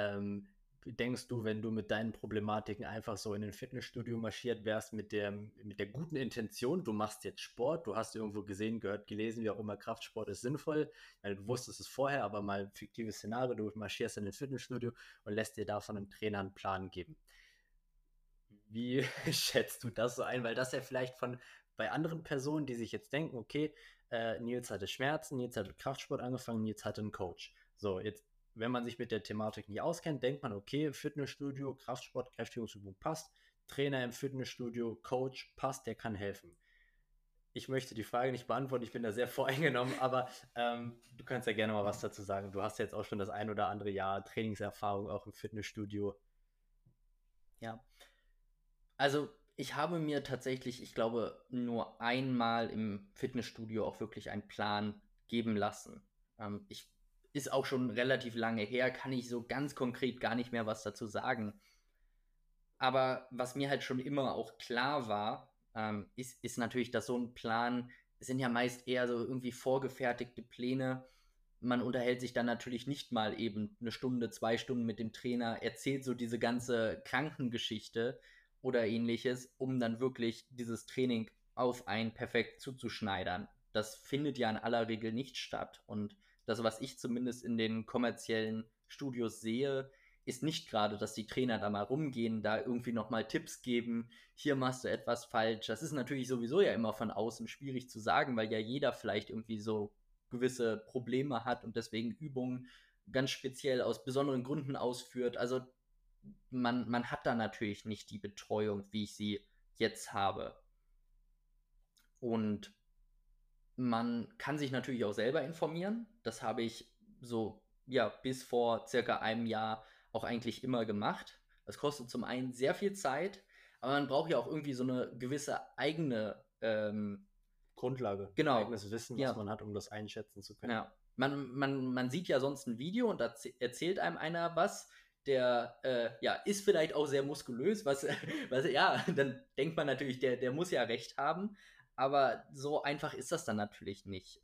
Denkst du, wenn du mit deinen Problematiken einfach so in ein Fitnessstudio marschiert wärst mit der guten Intention, du machst jetzt Sport, du hast irgendwo gesehen, gehört, gelesen, wie auch immer, Kraftsport ist sinnvoll, weil du wusstest es vorher, aber mal ein fiktives Szenario, du marschierst in ein Fitnessstudio und lässt dir da von einem Trainer einen Plan geben. Wie schätzt du das so ein? Weil das ja vielleicht bei anderen Personen, die sich jetzt denken, okay, Nils hatte Schmerzen, Nils hat mit Kraftsport angefangen, Nils hatte einen Coach. So, jetzt, wenn man sich mit der Thematik nicht auskennt, denkt man, okay, Fitnessstudio, Kraftsport, Kräftigungsübung passt, Trainer im Fitnessstudio, Coach passt, der kann helfen. Ich möchte die Frage nicht beantworten, ich bin da sehr voreingenommen, aber du kannst ja gerne mal was dazu sagen. Du hast jetzt auch schon das ein oder andere Jahr Trainingserfahrung auch im Fitnessstudio. Ja, also ich habe mir tatsächlich, ich glaube, nur einmal im Fitnessstudio auch wirklich einen Plan geben lassen. Ich ist auch schon relativ lange her, kann ich so ganz konkret gar nicht mehr was dazu sagen. Aber was mir halt schon immer auch klar war, ist natürlich, dass so ein Plan sind ja meist eher so irgendwie vorgefertigte Pläne. Man unterhält sich dann natürlich nicht mal eben eine Stunde, 2 Stunden mit dem Trainer, erzählt so diese ganze Krankengeschichte oder ähnliches, um dann wirklich dieses Training auf einen perfekt zuzuschneidern. Das findet ja in aller Regel nicht statt. Und das, was ich zumindest in den kommerziellen Studios sehe, ist nicht gerade, dass die Trainer da mal rumgehen, da irgendwie nochmal Tipps geben, hier machst du etwas falsch. Das ist natürlich sowieso ja immer von außen schwierig zu sagen, weil ja jeder vielleicht irgendwie so gewisse Probleme hat und deswegen Übungen ganz speziell aus besonderen Gründen ausführt. Also man hat da natürlich nicht die Betreuung, wie ich sie jetzt habe. Und man kann sich natürlich auch selber informieren. Das habe ich so, ja, bis vor circa einem Jahr auch eigentlich immer gemacht. Das kostet zum einen sehr viel Zeit, aber man braucht ja auch irgendwie so eine gewisse eigene, Grundlage, genau, eigenes Wissen, was ja, man hat, um das einschätzen zu können. ja. Man sieht ja sonst ein Video und da erzählt einem einer was, der ja, ist vielleicht auch sehr muskulös, was ja, dann denkt man natürlich, der muss ja recht haben, aber so einfach ist das dann natürlich nicht.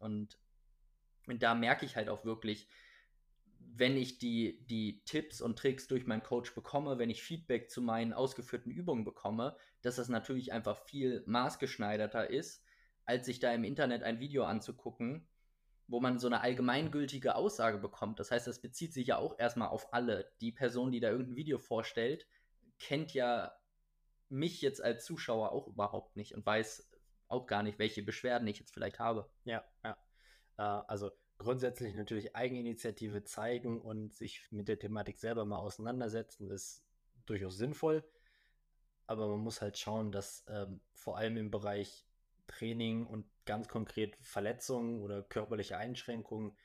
Und da merke ich halt auch wirklich, wenn ich die Tipps und Tricks durch meinen Coach bekomme, wenn ich Feedback zu meinen ausgeführten Übungen bekomme, dass das natürlich einfach viel maßgeschneiderter ist, als sich da im Internet ein Video anzugucken, wo man so eine allgemeingültige Aussage bekommt. Das heißt, das bezieht sich ja auch erstmal auf alle. Die Person, die da irgendein Video vorstellt, kennt ja mich jetzt als Zuschauer auch überhaupt nicht und weiß auch gar nicht, welche Beschwerden ich jetzt vielleicht habe. Ja, ja. Also grundsätzlich natürlich Eigeninitiative zeigen und sich mit der Thematik selber mal auseinandersetzen, ist durchaus sinnvoll. Aber man muss halt schauen, dass vor allem im Bereich Training und ganz konkret Verletzungen oder körperliche Einschränkungen,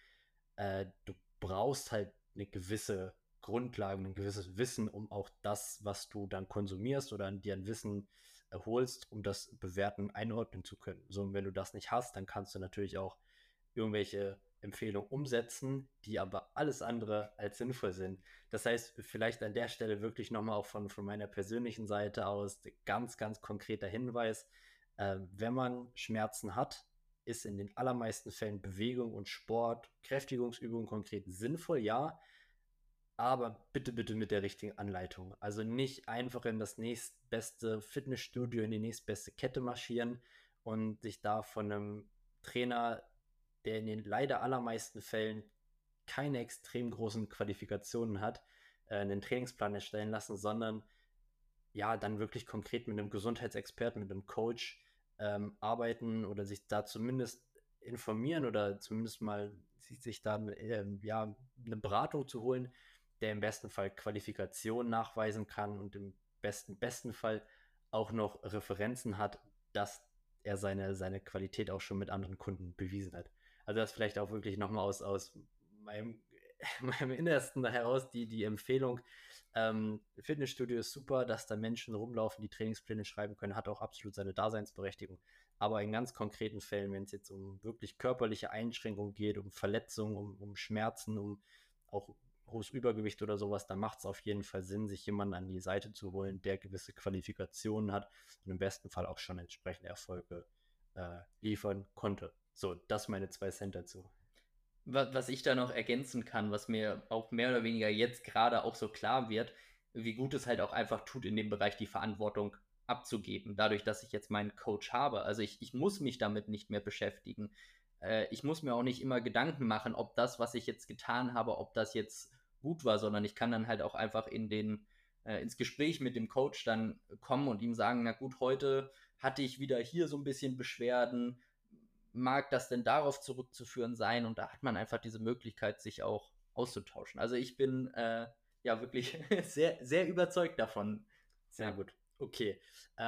du brauchst halt eine gewisse Grundlage, ein gewisses Wissen, um auch das, was du dann konsumierst oder dir an Wissen erholst, um das bewerten, einordnen zu können. So, und wenn du das nicht hast, dann kannst du natürlich auch irgendwelche Empfehlungen umsetzen, die aber alles andere als sinnvoll sind. Das heißt, vielleicht an der Stelle wirklich nochmal auch von meiner persönlichen Seite aus ganz, ganz konkreter Hinweis. Wenn man Schmerzen hat, ist in den allermeisten Fällen Bewegung und Sport, Kräftigungsübungen konkret sinnvoll, ja, aber bitte, bitte mit der richtigen Anleitung. Also nicht einfach in das nächstbeste Fitnessstudio, in die nächstbeste Kette marschieren und sich da von einem Trainer, der in den leider allermeisten Fällen keine extrem großen Qualifikationen hat, einen Trainingsplan erstellen lassen, sondern ja, dann wirklich konkret mit einem Gesundheitsexperten, mit einem Coach arbeiten oder sich da zumindest informieren oder zumindest mal sich da ja, eine Beratung zu holen, der im besten Fall Qualifikation nachweisen kann und im besten Fall auch noch Referenzen hat, dass er seine Qualität auch schon mit anderen Kunden bewiesen hat. Also das vielleicht auch wirklich nochmal aus meinem, meinem Innersten heraus die Empfehlung. Fitnessstudio ist super, dass da Menschen rumlaufen, die Trainingspläne schreiben können, hat auch absolut seine Daseinsberechtigung. Aber in ganz konkreten Fällen, wenn es jetzt um wirklich körperliche Einschränkungen geht, um Verletzungen, um Schmerzen, um auch hohes Übergewicht oder sowas, dann macht es auf jeden Fall Sinn, sich jemanden an die Seite zu holen, der gewisse Qualifikationen hat und im besten Fall auch schon entsprechende Erfolge liefern konnte. So, das meine 2 Cent dazu. Was ich da noch ergänzen kann, was mir auch mehr oder weniger jetzt gerade auch so klar wird, wie gut es halt auch einfach tut, in dem Bereich die Verantwortung abzugeben, dadurch, dass ich jetzt meinen Coach habe. Also ich muss mich damit nicht mehr beschäftigen. Ich muss mir auch nicht immer Gedanken machen, ob das, was ich jetzt getan habe, ob das jetzt gut war, sondern ich kann dann halt auch einfach ins Gespräch mit dem Coach dann kommen und ihm sagen, na gut, heute hatte ich wieder hier so ein bisschen Beschwerden, mag das denn darauf zurückzuführen sein? Und da hat man einfach diese Möglichkeit, sich auch auszutauschen. Also ich bin ja wirklich sehr, sehr überzeugt davon. Sehr Ja. gut. Okay.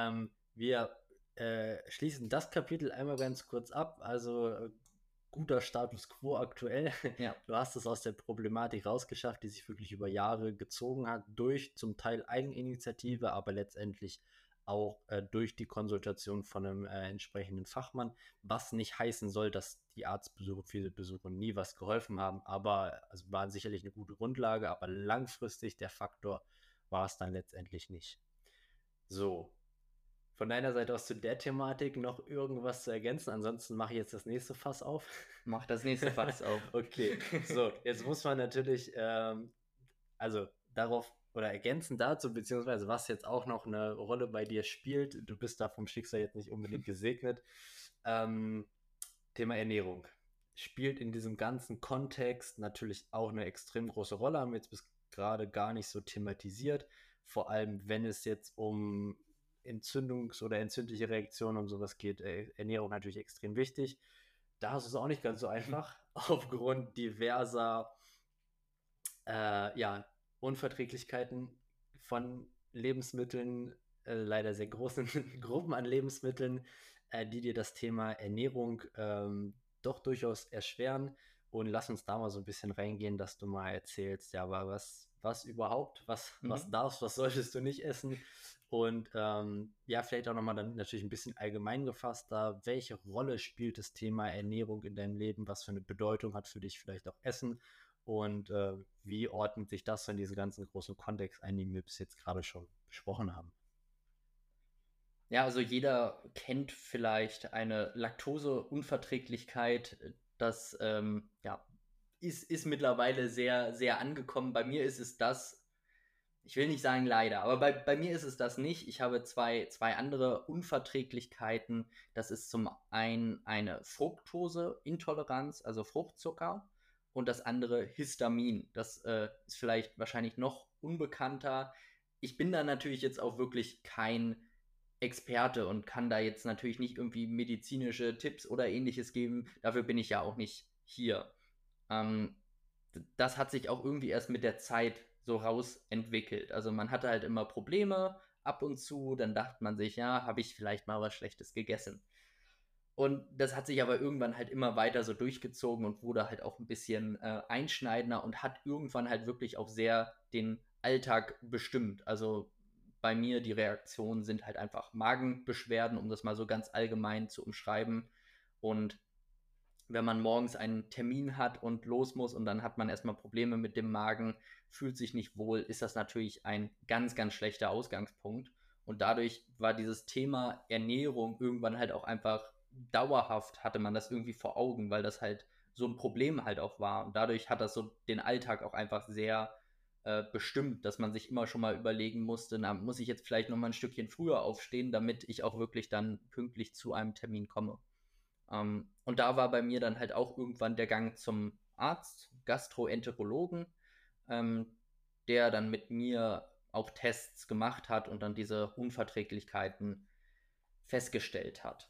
Wir schließen das Kapitel einmal ganz kurz ab. Also guter Status quo aktuell. Ja. Du hast es aus der Problematik rausgeschafft, die sich wirklich über Jahre gezogen hat, durch zum Teil Eigeninitiative, aber letztendlich auch durch die Konsultation von einem entsprechenden Fachmann, was nicht heißen soll, dass die Arztbesuche, viele Besuche nie was geholfen haben, aber also waren sicherlich eine gute Grundlage, aber langfristig der Faktor war es dann letztendlich nicht. So, von deiner Seite aus zu der Thematik noch irgendwas zu ergänzen? Ansonsten mache ich jetzt das nächste Fass auf. Mach das nächste Fass auf. Okay, so, jetzt muss man natürlich, also darauf oder ergänzend dazu, beziehungsweise was jetzt auch noch eine Rolle bei dir spielt, du bist da vom Schicksal jetzt nicht unbedingt gesegnet, Thema Ernährung spielt in diesem ganzen Kontext natürlich auch eine extrem große Rolle, haben wir jetzt bis gerade gar nicht so thematisiert, vor allem wenn es jetzt um oder entzündliche Reaktionen und sowas geht, Ernährung natürlich extrem wichtig. Da ist es auch nicht ganz so einfach, aufgrund diverser ja, Unverträglichkeiten von Lebensmitteln, leider sehr großen Gruppen an Lebensmitteln, die dir das Thema Ernährung doch durchaus erschweren. Und lass uns da mal so ein bisschen reingehen, dass du mal erzählst, ja, aber was überhaupt, was darfst, was solltest du nicht essen? Und ja, vielleicht auch nochmal dann natürlich ein bisschen allgemein gefasst, da welche Rolle spielt das Thema Ernährung in deinem Leben, was für eine Bedeutung hat für dich vielleicht auch Essen und wie ordnet sich das in diesen ganzen großen Kontext ein, den wir bis jetzt gerade schon besprochen haben? Ja, also jeder kennt vielleicht eine Laktoseunverträglichkeit. Das ja, ist mittlerweile sehr, sehr angekommen. Bei mir ist es das, ich will nicht sagen leider, aber bei mir ist es das nicht. Ich habe zwei andere Unverträglichkeiten. Das ist zum einen eine Fructoseintoleranz, also Fruchtzucker, und das andere Histamin. Das ist vielleicht wahrscheinlich noch unbekannter. Ich bin da natürlich jetzt auch wirklich kein Experte und kann da jetzt natürlich nicht irgendwie medizinische Tipps oder ähnliches geben. Dafür bin ich ja auch nicht hier. Ähm, Das hat sich auch irgendwie erst mit der Zeit so rausentwickelt. Also man hatte halt immer Probleme ab und zu, dann dachte man sich, ja, habe ich vielleicht mal was Schlechtes gegessen. Und das hat sich aber irgendwann halt immer weiter so durchgezogen und wurde halt auch ein bisschen einschneidender und hat irgendwann halt wirklich auch sehr den Alltag bestimmt. Also bei mir die Reaktionen sind halt einfach Magenbeschwerden, um das mal so ganz allgemein zu umschreiben. Und wenn man morgens einen Termin hat und los muss und dann hat man erstmal Probleme mit dem Magen, fühlt sich nicht wohl, ist das natürlich ein ganz, ganz schlechter Ausgangspunkt. Und dadurch war dieses Thema Ernährung irgendwann halt auch einfach dauerhaft, hatte man das irgendwie vor Augen, weil das halt so ein Problem halt auch war. Und dadurch hat das so den Alltag auch einfach sehr bestimmt, dass man sich immer schon mal überlegen musste, na, muss ich jetzt vielleicht noch mal ein Stückchen früher aufstehen, damit ich auch wirklich dann pünktlich zu einem Termin komme. Und da war bei mir dann halt auch irgendwann der Gang zum Arzt, Gastroenterologen, ähm, der dann mit mir auch Tests gemacht hat und dann diese Unverträglichkeiten festgestellt hat.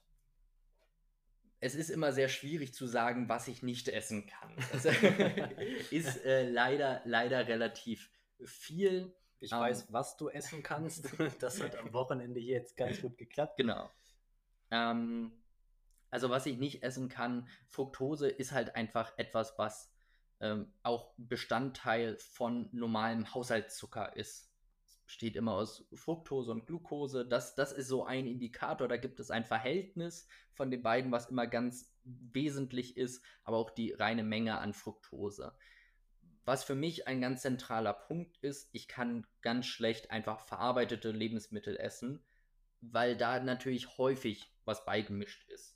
Es ist immer sehr schwierig zu sagen, was ich nicht essen kann. Das ist leider relativ viel. Ich weiß, was du essen kannst. Das hat am Wochenende hier jetzt ganz gut geklappt. Genau. Ähm, also was ich nicht essen kann, Fructose ist halt einfach etwas, was auch Bestandteil von normalem Haushaltszucker ist. Es besteht immer aus Fructose und Glucose. Das ist so ein Indikator. Da gibt es ein Verhältnis von den beiden, was immer ganz wesentlich ist, aber auch die reine Menge an Fructose. Was für mich ein ganz zentraler Punkt ist, ich kann ganz schlecht einfach verarbeitete Lebensmittel essen, weil da natürlich häufig was beigemischt ist.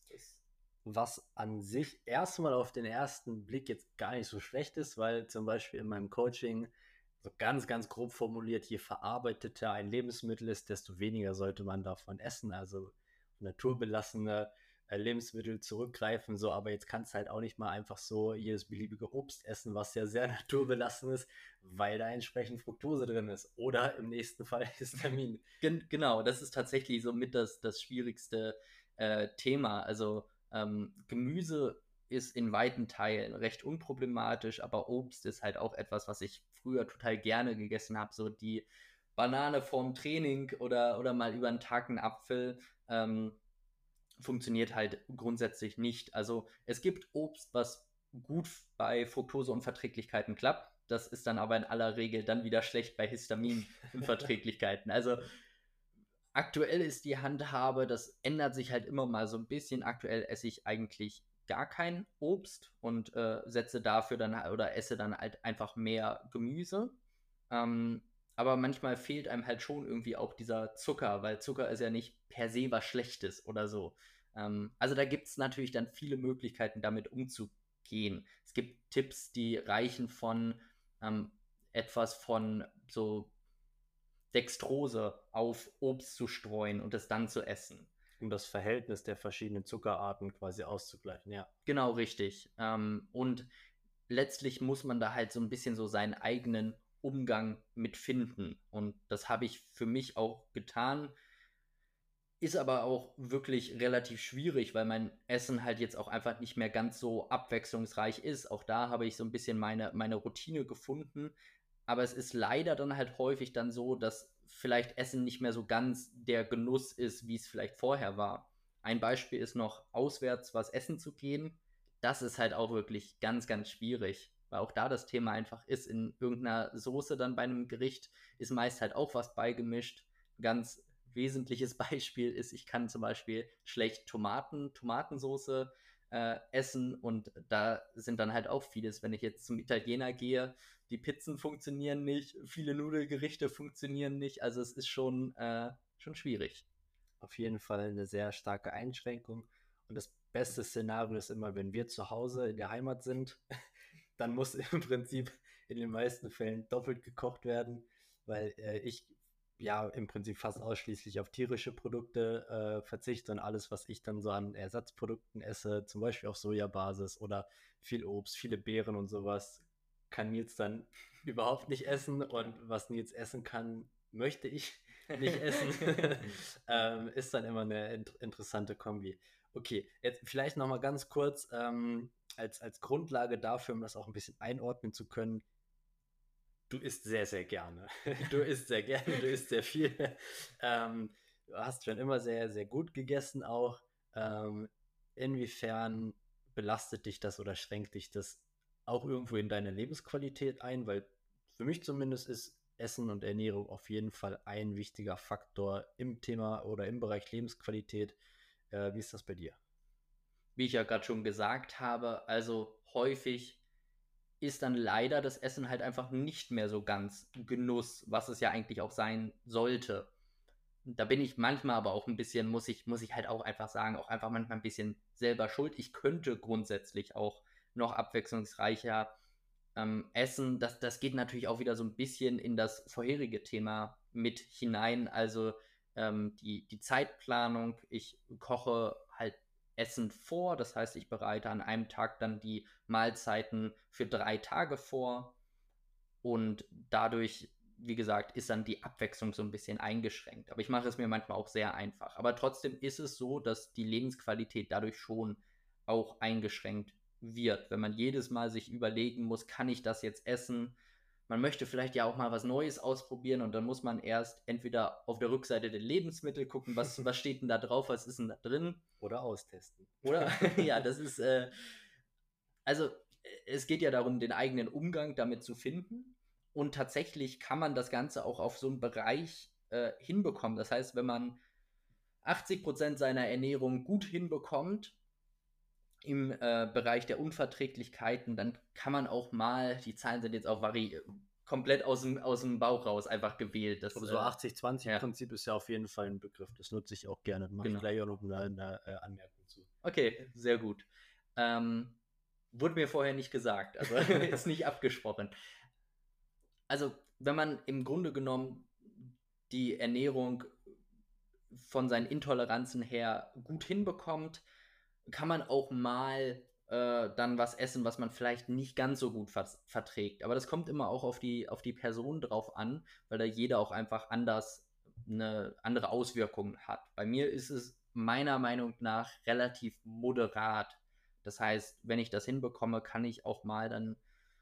Was an sich erstmal auf den ersten Blick jetzt gar nicht so schlecht ist, weil zum Beispiel in meinem Coaching so ganz, ganz grob formuliert, je verarbeiteter ein Lebensmittel ist, desto weniger sollte man davon essen. Also naturbelassene Lebensmittel zurückgreifen, so, aber jetzt kannst du halt auch nicht mal einfach so jedes beliebige Obst essen, was ja sehr naturbelassen ist, weil da entsprechend Fructose drin ist. Oder im nächsten Fall Histamin. Genau, das ist tatsächlich so mit das schwierigste Thema. Also Gemüse ist in weiten Teilen recht unproblematisch, aber Obst ist halt auch etwas, was ich früher total gerne gegessen habe. So die Banane vorm Training oder mal über einen Tag einen Apfel. Funktioniert halt grundsätzlich nicht. Also es gibt Obst, was gut bei Fructoseunverträglichkeiten klappt. Das ist dann aber in aller Regel dann wieder schlecht bei Histaminunverträglichkeiten. Also aktuell ist die Handhabe, das ändert sich halt immer mal so ein bisschen. Aktuell esse ich eigentlich gar kein Obst und setze dafür dann oder esse dann halt einfach mehr Gemüse. Ähm, aber manchmal fehlt einem halt schon irgendwie auch dieser Zucker, weil Zucker ist ja nicht per se was Schlechtes oder so. Also da gibt es natürlich dann viele Möglichkeiten, damit umzugehen. Es gibt Tipps, die reichen von etwas von so Dextrose auf Obst zu streuen und es dann zu essen. Um das Verhältnis der verschiedenen Zuckerarten quasi auszugleichen, ja. Genau richtig. Und letztlich muss man da halt so ein bisschen so seinen eigenen Umgang mit finden. Und das habe ich für mich auch getan. Ist aber auch wirklich relativ schwierig, weil mein Essen halt jetzt auch einfach nicht mehr ganz so abwechslungsreich ist. Auch da habe ich so ein bisschen meine Routine gefunden. Aber es ist leider dann halt häufig dann so, dass vielleicht Essen nicht mehr so ganz der Genuss ist, wie es vielleicht vorher war. Ein Beispiel ist noch, auswärts was essen zu gehen. Das ist halt auch wirklich ganz, ganz schwierig, weil auch da das Thema einfach ist, in irgendeiner Soße dann bei einem Gericht ist meist halt auch was beigemischt. Ganz wesentliches Beispiel ist, ich kann zum Beispiel schlecht Tomatensoße essen und da sind dann halt auch vieles, wenn ich jetzt zum Italiener gehe, die Pizzen funktionieren nicht, viele Nudelgerichte funktionieren nicht, also es ist schon schwierig. Auf jeden Fall eine sehr starke Einschränkung. Und das beste Szenario ist immer, wenn wir zu Hause in der Heimat sind, dann muss im Prinzip in den meisten Fällen doppelt gekocht werden, weil ich ja im Prinzip fast ausschließlich auf tierische Produkte verzichte und alles, was ich dann so an Ersatzprodukten esse, zum Beispiel auf Sojabasis oder viel Obst, viele Beeren und sowas, kann Nils dann überhaupt nicht essen und was Nils essen kann, möchte ich nicht essen. Ist dann immer eine interessante Kombi. Okay, jetzt vielleicht nochmal ganz kurz als Grundlage dafür, um das auch ein bisschen einordnen zu können. Du isst sehr, sehr gerne. Du isst sehr gerne, du isst sehr viel. Du hast schon immer sehr, sehr gut gegessen auch. Ähm, Inwiefern belastet dich das oder schränkt dich das auch irgendwo in deine Lebensqualität ein? Weil für mich zumindest ist Essen und Ernährung auf jeden Fall ein wichtiger Faktor im Thema oder im Bereich Lebensqualität. Wie ist das bei dir? Wie ich ja gerade schon gesagt habe, also häufig ist dann leider das Essen halt einfach nicht mehr so ganz Genuss, was es ja eigentlich auch sein sollte. Da bin ich manchmal aber auch ein bisschen, muss ich halt auch einfach sagen, auch einfach manchmal ein bisschen selber schuld. Ich könnte grundsätzlich auch noch abwechslungsreicher essen. Das geht natürlich auch wieder so ein bisschen in das vorherige Thema mit hinein. Also die Zeitplanung. Ich koche halt Essen vor. Das heißt, ich bereite an einem Tag dann die Mahlzeiten für 3 Tage vor. Und dadurch, wie gesagt, ist dann die Abwechslung so ein bisschen eingeschränkt. Aber ich mache es mir manchmal auch sehr einfach. Aber trotzdem ist es so, dass die Lebensqualität dadurch schon auch eingeschränkt wird. Wenn man jedes Mal sich überlegen muss, kann ich das jetzt essen? man möchte vielleicht ja auch mal was Neues ausprobieren und dann muss man erst entweder auf der Rückseite der Lebensmittel gucken, was steht denn da drauf, was ist denn da drin? Oder austesten. Oder, ja, das ist, also es geht ja darum, den eigenen Umgang damit zu finden. Und tatsächlich kann man das Ganze auch auf so einen Bereich hinbekommen. Das heißt, wenn man 80% seiner Ernährung gut hinbekommt im Bereich der Unverträglichkeiten, dann kann man auch mal, die Zahlen sind jetzt auch komplett aus dem Bauch raus einfach gewählt. Das, Aber so 80-20-Prinzip ja, ist ja auf jeden Fall ein Begriff. Das nutze ich auch gerne. Mache ich genau. gleich auch noch eine Anmerkung zu. Okay, sehr gut. Wurde mir vorher nicht gesagt, also ist nicht abgesprochen. Also, wenn man im Grunde genommen die Ernährung von seinen Intoleranzen her gut hinbekommt, kann man auch mal dann was essen, was man vielleicht nicht ganz so gut verträgt. Aber das kommt immer auch auf die Person drauf an, weil da jeder auch einfach anders eine andere Auswirkung hat. Bei mir ist es meiner Meinung nach relativ moderat. Das heißt, wenn ich das hinbekomme, kann ich auch mal dann,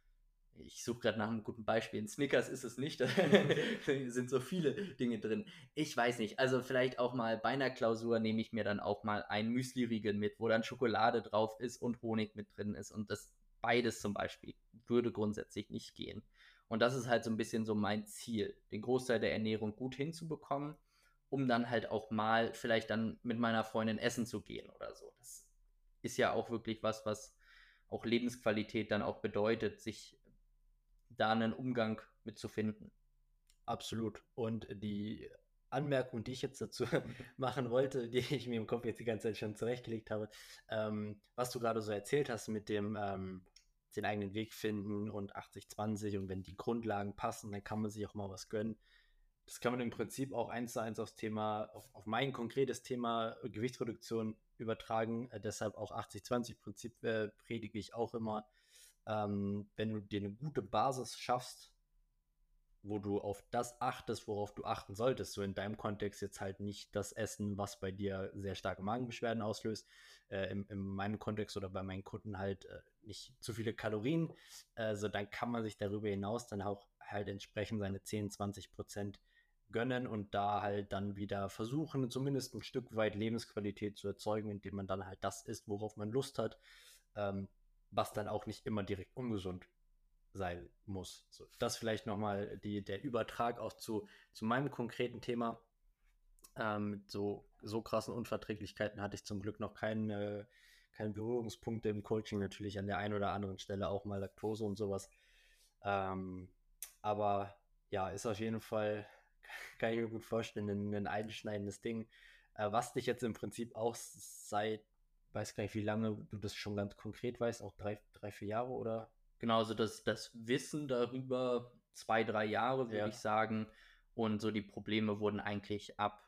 ich suche gerade nach einem guten Beispiel. In Snickers ist es nicht, da sind so viele Dinge drin. Ich weiß nicht, also vielleicht auch mal bei einer Klausur nehme ich mir dann auch mal ein Müsli-Riegel mit, wo dann Schokolade drauf ist und Honig mit drin ist. Und das beides zum Beispiel würde grundsätzlich nicht gehen. Und das ist halt so ein bisschen so mein Ziel, den Großteil der Ernährung gut hinzubekommen, um dann halt auch mal vielleicht dann mit meiner Freundin essen zu gehen oder so. Das ist ja auch wirklich was, was auch Lebensqualität dann auch bedeutet, sich da einen Umgang mit zu finden. Absolut. Und die Anmerkung, die ich jetzt dazu machen wollte, die ich mir im Kopf jetzt die ganze Zeit schon zurechtgelegt habe, was du gerade so erzählt hast mit dem den eigenen Weg finden und 80-20 und wenn die Grundlagen passen, dann kann man sich auch mal was gönnen. Das kann man im Prinzip auch eins zu eins aufs Thema, auf mein konkretes Thema Gewichtsreduktion übertragen. Deshalb auch 80-20-Prinzip predige ich auch immer. Wenn du dir eine gute Basis schaffst, wo du auf das achtest, worauf du achten solltest. So in deinem Kontext jetzt halt nicht das Essen, was bei dir sehr starke Magenbeschwerden auslöst. In meinem Kontext oder bei meinen Kunden halt nicht zu viele Kalorien. So dann kann man sich darüber hinaus dann auch halt entsprechend seine 10-20% gönnen und da halt dann wieder versuchen, zumindest ein Stück weit Lebensqualität zu erzeugen, indem man dann halt das isst, worauf man Lust hat, ähm, was dann auch nicht immer direkt ungesund sein muss. So, das vielleicht nochmal der Übertrag auch zu meinem konkreten Thema. Mit so krassen Unverträglichkeiten hatte ich zum Glück noch keine Berührungspunkte im Coaching, natürlich an der einen oder anderen Stelle auch mal Laktose und sowas. Ähm, aber ja, ist auf jeden Fall, kann ich mir gut vorstellen, ein einschneidendes Ding, was dich jetzt im Prinzip auch seit, weiß gar nicht, wie lange du das schon ganz konkret weißt, auch 3-4 Jahre oder? Genau, also das Wissen darüber 2, 3 Jahre, würde Ja. ich sagen. Und so die Probleme wurden eigentlich ab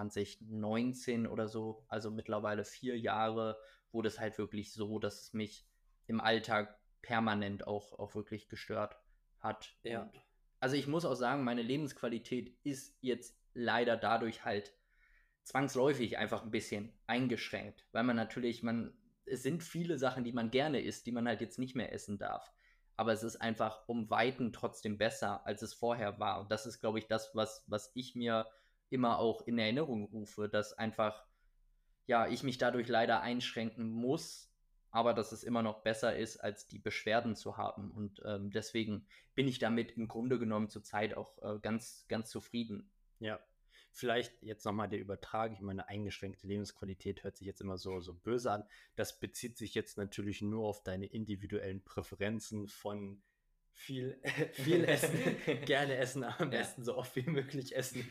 2019 oder so, also mittlerweile 4 Jahre, wurde es halt wirklich so, dass es mich im Alltag permanent auch wirklich gestört hat. Ja, Und also ich muss auch sagen, meine Lebensqualität ist jetzt leider dadurch halt zwangsläufig einfach ein bisschen eingeschränkt, weil man natürlich, es sind viele Sachen, die man gerne isst, die man halt jetzt nicht mehr essen darf. Aber es ist einfach um Weiten trotzdem besser, als es vorher war. Und das ist, glaube ich, das, was ich mir immer auch in Erinnerung rufe, dass einfach, ja, ich mich dadurch leider einschränken muss, aber dass es immer noch besser ist, als die Beschwerden zu haben. Und deswegen bin ich damit im Grunde genommen zurzeit auch ganz, ganz zufrieden. ja. Vielleicht jetzt nochmal der Übertrag. Ich meine, eingeschränkte Lebensqualität hört sich jetzt immer so böse an. Das bezieht sich jetzt natürlich nur auf deine individuellen Präferenzen von viel, viel essen, gerne essen, am Ja. besten so oft wie möglich essen.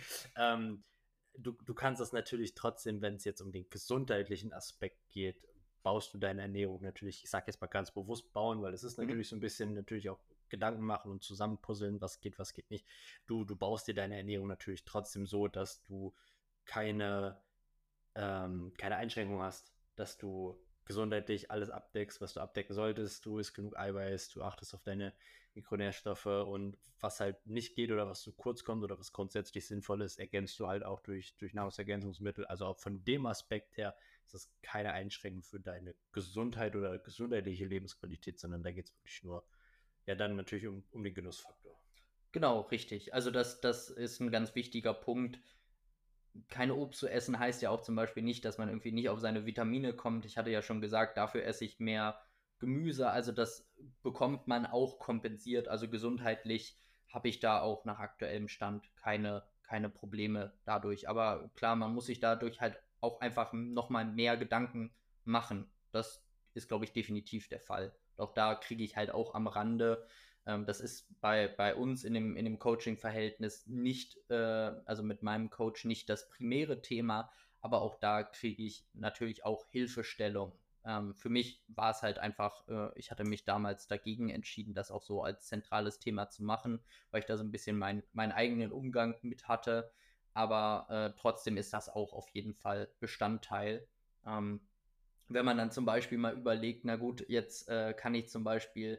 Du kannst das natürlich trotzdem, wenn es jetzt um den gesundheitlichen Aspekt geht, baust du deine Ernährung natürlich, ich sage jetzt mal ganz bewusst bauen, weil es ist Mhm. natürlich so ein bisschen natürlich auch Gedanken machen und zusammenpuzzeln, was geht nicht. Du baust dir deine Ernährung natürlich trotzdem so, dass du keine, keine Einschränkung hast, dass du gesundheitlich alles abdeckst, was du abdecken solltest. Du isst genug Eiweiß, du achtest auf deine Mikronährstoffe und was halt nicht geht oder was zu kurz kommt oder was grundsätzlich sinnvoll ist, ergänzt du halt auch durch Nahrungsergänzungsmittel. Also auch von dem Aspekt her ist das keine Einschränkung für deine Gesundheit oder gesundheitliche Lebensqualität, sondern da geht es wirklich nur, ja, dann natürlich um den Genussfaktor. Genau, richtig. Also das ist ein ganz wichtiger Punkt. Kein Obst zu essen heißt ja auch zum Beispiel nicht, dass man irgendwie nicht auf seine Vitamine kommt. Ich hatte ja schon gesagt, dafür esse ich mehr Gemüse. Also das bekommt man auch kompensiert. Also gesundheitlich habe ich da auch nach aktuellem Stand keine Probleme dadurch. Aber klar, man muss sich dadurch halt auch einfach nochmal mehr Gedanken machen. Das ist, glaube ich, definitiv der Fall. Auch da kriege ich halt auch am Rande, das ist bei uns in dem Coaching-Verhältnis nicht, also mit meinem Coach nicht das primäre Thema, aber auch da kriege ich natürlich auch Hilfestellung. Für mich war es halt einfach, ich hatte mich damals dagegen entschieden, das auch so als zentrales Thema zu machen, weil ich da so ein bisschen meinen eigenen Umgang mit hatte. Aber trotzdem ist das auch auf jeden Fall Bestandteil. Ähm, Wenn man dann zum Beispiel mal überlegt, na gut, jetzt kann ich zum Beispiel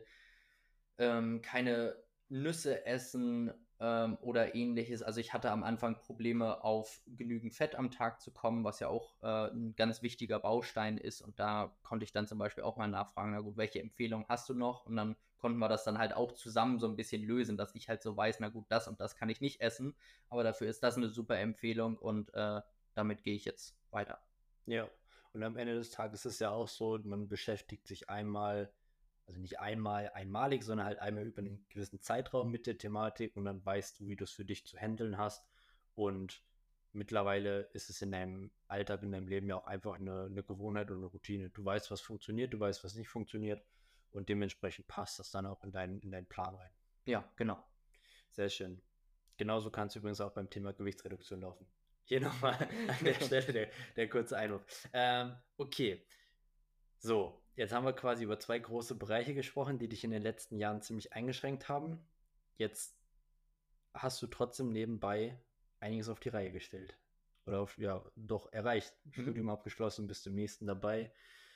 keine Nüsse essen oder ähnliches. Also ich hatte am Anfang Probleme, auf genügend Fett am Tag zu kommen, was ja auch ein ganz wichtiger Baustein ist. Und da konnte ich dann zum Beispiel auch mal nachfragen, na gut, welche Empfehlung hast du noch? Und dann konnten wir das dann halt auch zusammen so ein bisschen lösen, dass ich halt so weiß, na gut, das und das kann ich nicht essen, aber dafür ist das eine super Empfehlung und damit gehe ich jetzt weiter. Ja, und am Ende des Tages ist es ja auch so, man beschäftigt sich einmal, also nicht einmalig, sondern halt einmal über einen gewissen Zeitraum mit der Thematik und dann weißt du, wie du es für dich zu handeln hast. Und mittlerweile ist es in deinem Alltag, in deinem Leben ja auch einfach eine Gewohnheit und eine Routine. Du weißt, was funktioniert, du weißt, was nicht funktioniert und dementsprechend passt das dann auch in deinen Plan rein. Ja, genau. Sehr schön. Genauso kann es übrigens auch beim Thema Gewichtsreduktion laufen. Hier nochmal an der Stelle der kurze Einwurf. Okay, so, jetzt haben wir quasi über zwei große Bereiche gesprochen, die dich in den letzten Jahren ziemlich eingeschränkt haben. Jetzt hast du trotzdem nebenbei einiges auf die Reihe gestellt. Oder ja, doch erreicht. Mhm. Studium abgeschlossen, bist im nächsten dabei.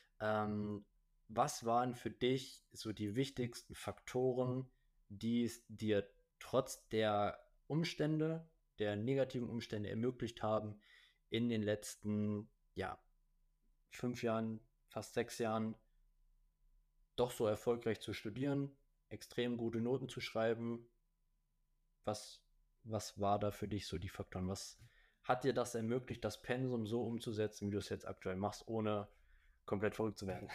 Was waren für dich so die wichtigsten Faktoren, die es dir trotz der Umstände, der negativen Umstände ermöglicht haben, in den letzten, ja, 5 Jahren, fast 6 Jahren, doch so erfolgreich zu studieren, extrem gute Noten zu schreiben? Was, was war da für dich so die Faktoren? Was hat dir das ermöglicht, das Pensum so umzusetzen, wie du es jetzt aktuell machst, ohne komplett verrückt zu werden?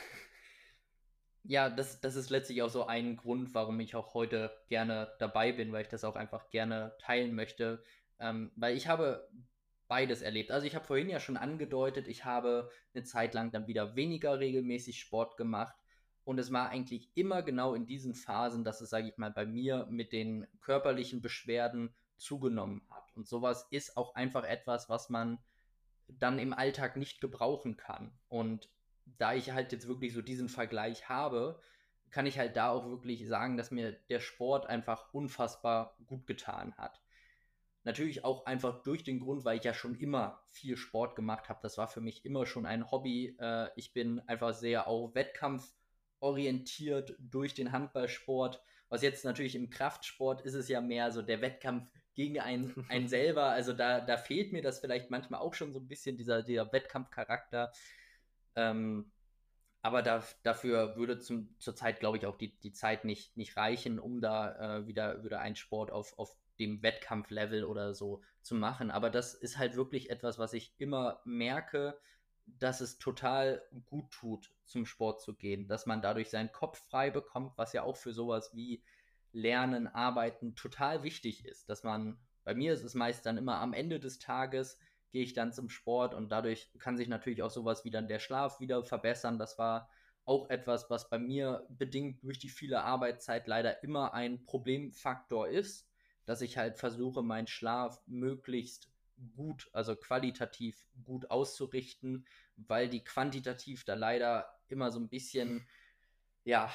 Ja, das ist letztlich auch so ein Grund, warum ich auch heute gerne dabei bin, weil ich das auch einfach gerne teilen möchte. Weil ich habe beides erlebt. Also ich habe vorhin ja schon angedeutet, ich habe eine Zeit lang dann wieder weniger regelmäßig Sport gemacht. Und es war eigentlich immer genau in diesen Phasen, dass es, sage ich mal, bei mir mit den körperlichen Beschwerden zugenommen hat. Und sowas ist auch einfach etwas, was man dann im Alltag nicht gebrauchen kann. Und da ich halt jetzt wirklich so diesen Vergleich habe, kann ich halt da auch wirklich sagen, dass mir der Sport einfach unfassbar gut getan hat. Natürlich auch einfach durch den Grund, weil ich ja schon immer viel Sport gemacht habe. Das war für mich immer schon ein Hobby. Ich bin einfach sehr auch wettkampforientiert durch den Handballsport. Was jetzt natürlich im Kraftsport ist es ja mehr so der Wettkampf gegen einen selber. Also da fehlt mir das vielleicht manchmal auch schon so ein bisschen, dieser Wettkampfcharakter. Ähm, aber dafür würde zurzeit, glaube ich, auch die Zeit nicht reichen, um da wieder einen Sport auf dem Wettkampflevel oder so zu machen. Aber das ist halt wirklich etwas, was ich immer merke, dass es total gut tut, zum Sport zu gehen, dass man dadurch seinen Kopf frei bekommt, was ja auch für sowas wie Lernen, Arbeiten total wichtig ist. Dass man, bei mir ist es meist dann immer am Ende des Tages, gehe ich dann zum Sport und dadurch kann sich natürlich auch sowas wie dann der Schlaf wieder verbessern. Das war auch etwas, was bei mir bedingt durch die viele Arbeitszeit leider immer ein Problemfaktor ist, dass ich halt versuche, meinen Schlaf möglichst gut, also qualitativ gut auszurichten, weil die quantitativ da leider immer so ein bisschen, ja,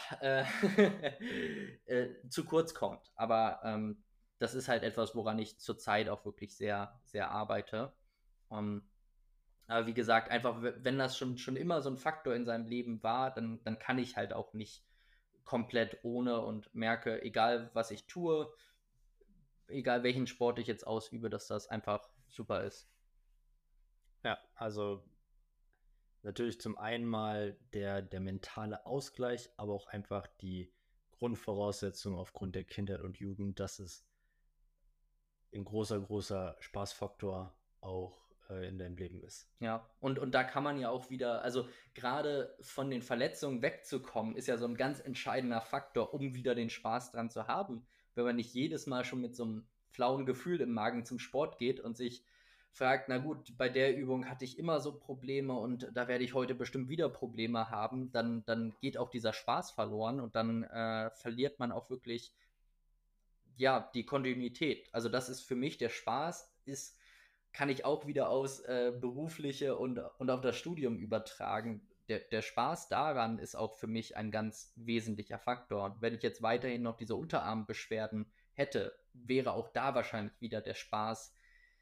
zu kurz kommt. Aber das ist halt etwas, woran ich zurzeit auch wirklich sehr, sehr arbeite. Ähm, aber wie gesagt, einfach, wenn das schon immer so ein Faktor in seinem Leben war, dann kann ich halt auch nicht komplett ohne und merke, egal was ich tue, egal welchen Sport ich jetzt ausübe, dass das einfach super ist. Ja, also natürlich zum einen mal der mentale Ausgleich, aber auch einfach die Grundvoraussetzung aufgrund der Kindheit und Jugend, dass es ein großer, großer Spaßfaktor auch in deinem Leben ist. Ja, und da kann man ja auch wieder, also gerade von den Verletzungen wegzukommen, ist ja so ein ganz entscheidender Faktor, um wieder den Spaß dran zu haben. Wenn man nicht jedes Mal schon mit so einem flauen Gefühl im Magen zum Sport geht und sich fragt, na gut, bei der Übung hatte ich immer so Probleme und da werde ich heute bestimmt wieder Probleme haben, dann geht auch dieser Spaß verloren und dann verliert man auch wirklich, ja, die Kontinuität. Also das ist für mich der Spaß, kann ich auch wieder aus berufliche und auf das Studium übertragen. Der Spaß daran ist auch für mich ein ganz wesentlicher Faktor. Und wenn ich jetzt weiterhin noch diese Unterarmbeschwerden hätte, wäre auch da wahrscheinlich wieder der Spaß